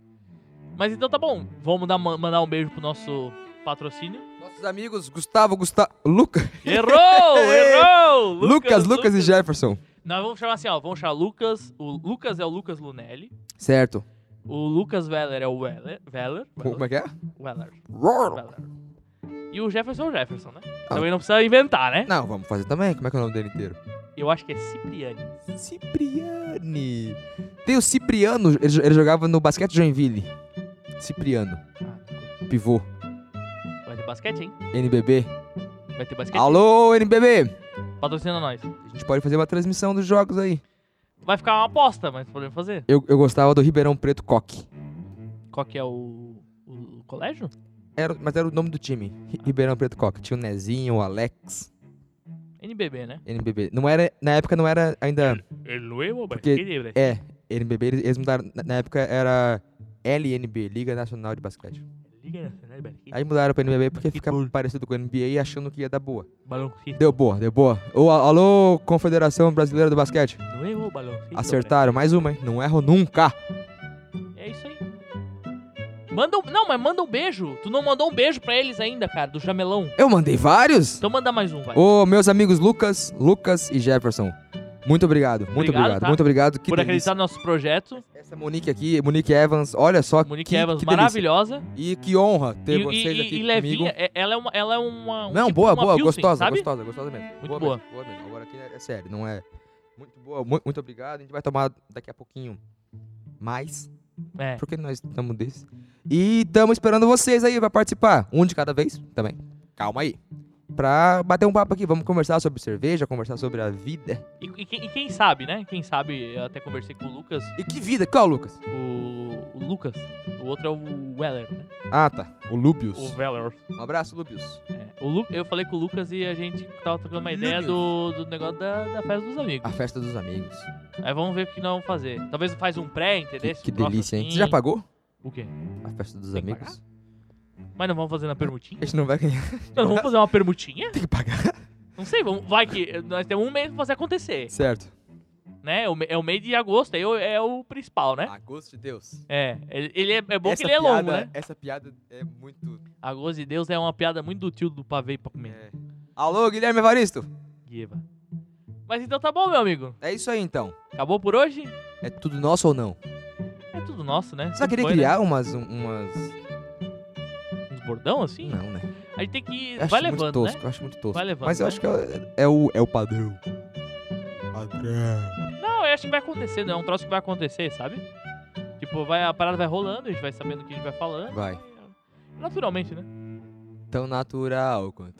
Mas então tá bom. Vamos dar, mandar um beijo pro nosso patrocínio. Nossos amigos Gustavo, Gustavo... Lucas... Errou! Errou! Lucas, Lucas e Jefferson. Nós vamos chamar assim, ó. Vamos chamar Lucas. O Lucas é o Lucas Lunelli. Certo. O Lucas Weller é o Weller. Weller. Como é que é? Weller. Roar. Weller. E o Jefferson é o Jefferson, né? Ah. Também não precisa inventar, né? Não, vamos fazer também. Como é que é o nome dele inteiro? Eu acho que é Cipriani. Cipriani. Tem o Cipriano, ele, ele jogava no basquete Joinville. Cipriano. Ah, não conheço. Pivô. Vai ter basquete, hein? N B B. Vai ter basquete. Alô, N B B. Patrocina nós. A gente pode fazer uma transmissão dos jogos aí. Vai ficar uma aposta, mas podemos fazer. Eu, eu gostava do Ribeirão Preto Coque. Qual que é o, o, o colégio? Era, mas era o nome do time. Ri- Ribeirão Preto Coque. Tinha o Nezinho, o Alex. N B B, né? N B B. Não era, na época não era ainda... El Nuevo Porque- Basquete. É, N B B, eles, eles mudaram. Na, na época era L N B, Liga Nacional de Basquete. Liga Nacional de Basquete. Aí mudaram pra N B B porque fica Basquetebol. parecido com o N B A e achando que ia dar boa. Baloncito. Deu boa, deu boa. Ô, a- alô, Confederação Brasileira do Basquete. Nuevo Baloncito. Acertaram, mais uma, hein? Não erro nunca. É isso aí. Manda um... Não, mas manda um beijo. Tu não mandou um beijo pra eles ainda, cara, do Jamelão. Eu mandei vários. Então manda mais um, vai. Ô, meus amigos Lucas, Lucas e Jefferson. Muito obrigado, muito Obrigado, obrigado, tá? muito obrigado. Que Por acreditar delícia. no nosso projeto. Essa Monique aqui, Monique Evans, olha só Monique que, Evans, que delícia. maravilhosa. E que honra ter E, vocês e, aqui e comigo. levinha, é- ela é uma... Ela é uma um Não, tipo boa, uma boa, Pilsen, gostosa, sabe? gostosa, gostosa mesmo. Muito boa. Mesmo, boa mesmo. Agora aqui é, é sério, não é... Muito boa, mu- muito obrigado. A gente vai tomar daqui a pouquinho mais, É. porque nós estamos desse. E estamos esperando vocês aí pra participar. Um de cada vez também. Calma aí. Pra bater um papo aqui, vamos conversar sobre cerveja, conversar sobre a vida. E, e quem- e quem sabe, né? Quem sabe, eu até conversei com o Lucas. E que vida? Qual, Lucas? O, o Lucas. O outro é o Weller, né? Ah, tá. O Lubius. O Weller. Um abraço, Lubius. É. O Lu, eu falei com o Lucas e a gente tava trocando uma ideia do, do negócio da, da festa dos amigos. A festa dos amigos. Aí vamos ver o que nós vamos fazer. Talvez faz um pré, entendeu? Que, que Um troço delícia, hein? assim. Você já pagou O quê? a festa dos Tem que amigos? Mas não vamos fazer na permutinha? A gente não vai ganhar. Não, não vamos fazer uma permutinha? Tem que pagar. Não sei, vamos, vai que nós temos um mês pra fazer acontecer, Certo. né? É o me- É o mês de agosto, aí o- é o principal, né? Agosto de Deus. É, ele, ele é, é bom Essa que ele é longo, piada- né? Essa piada é muito... Agosto de Deus é uma piada muito do tio do pavê pra comer. é. Alô, Guilherme Evaristo? Guiva. Mas então tá bom, meu amigo. É isso aí, então. Acabou por hoje? É tudo nosso ou não? É tudo nosso, né? Você vai Sempre querer foi, criar umas... um- umas... Né? Uns bordão assim? Não, né? A gente tem que. Eu acho Vai muito levando, tosco, né? eu acho muito tosco. Vai levando, Mas eu né? acho que é, é o, é o padrão. Padrão. Não, eu acho que vai acontecer, não. É um troço que vai acontecer, sabe? Tipo, vai, a parada vai rolando, a gente vai sabendo o que a gente vai falando. Vai. Naturalmente, né? Tão natural quanto...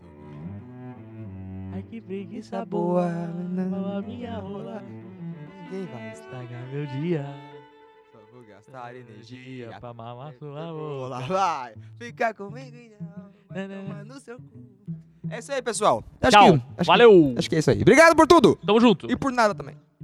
Ai, que preguiça boa, boa, a minha rola. Ninguém vai Estragar meu dia. Só vou gastar energia. Dia pra mamar sua Olá, boca. vai. Fica comigo e não. Vai Né, né. tomar no seu cu. É isso aí, pessoal. Acho Tchau. que, acho Valeu. Que, acho que é isso aí. Obrigado por tudo. Tamo junto. E por nada também.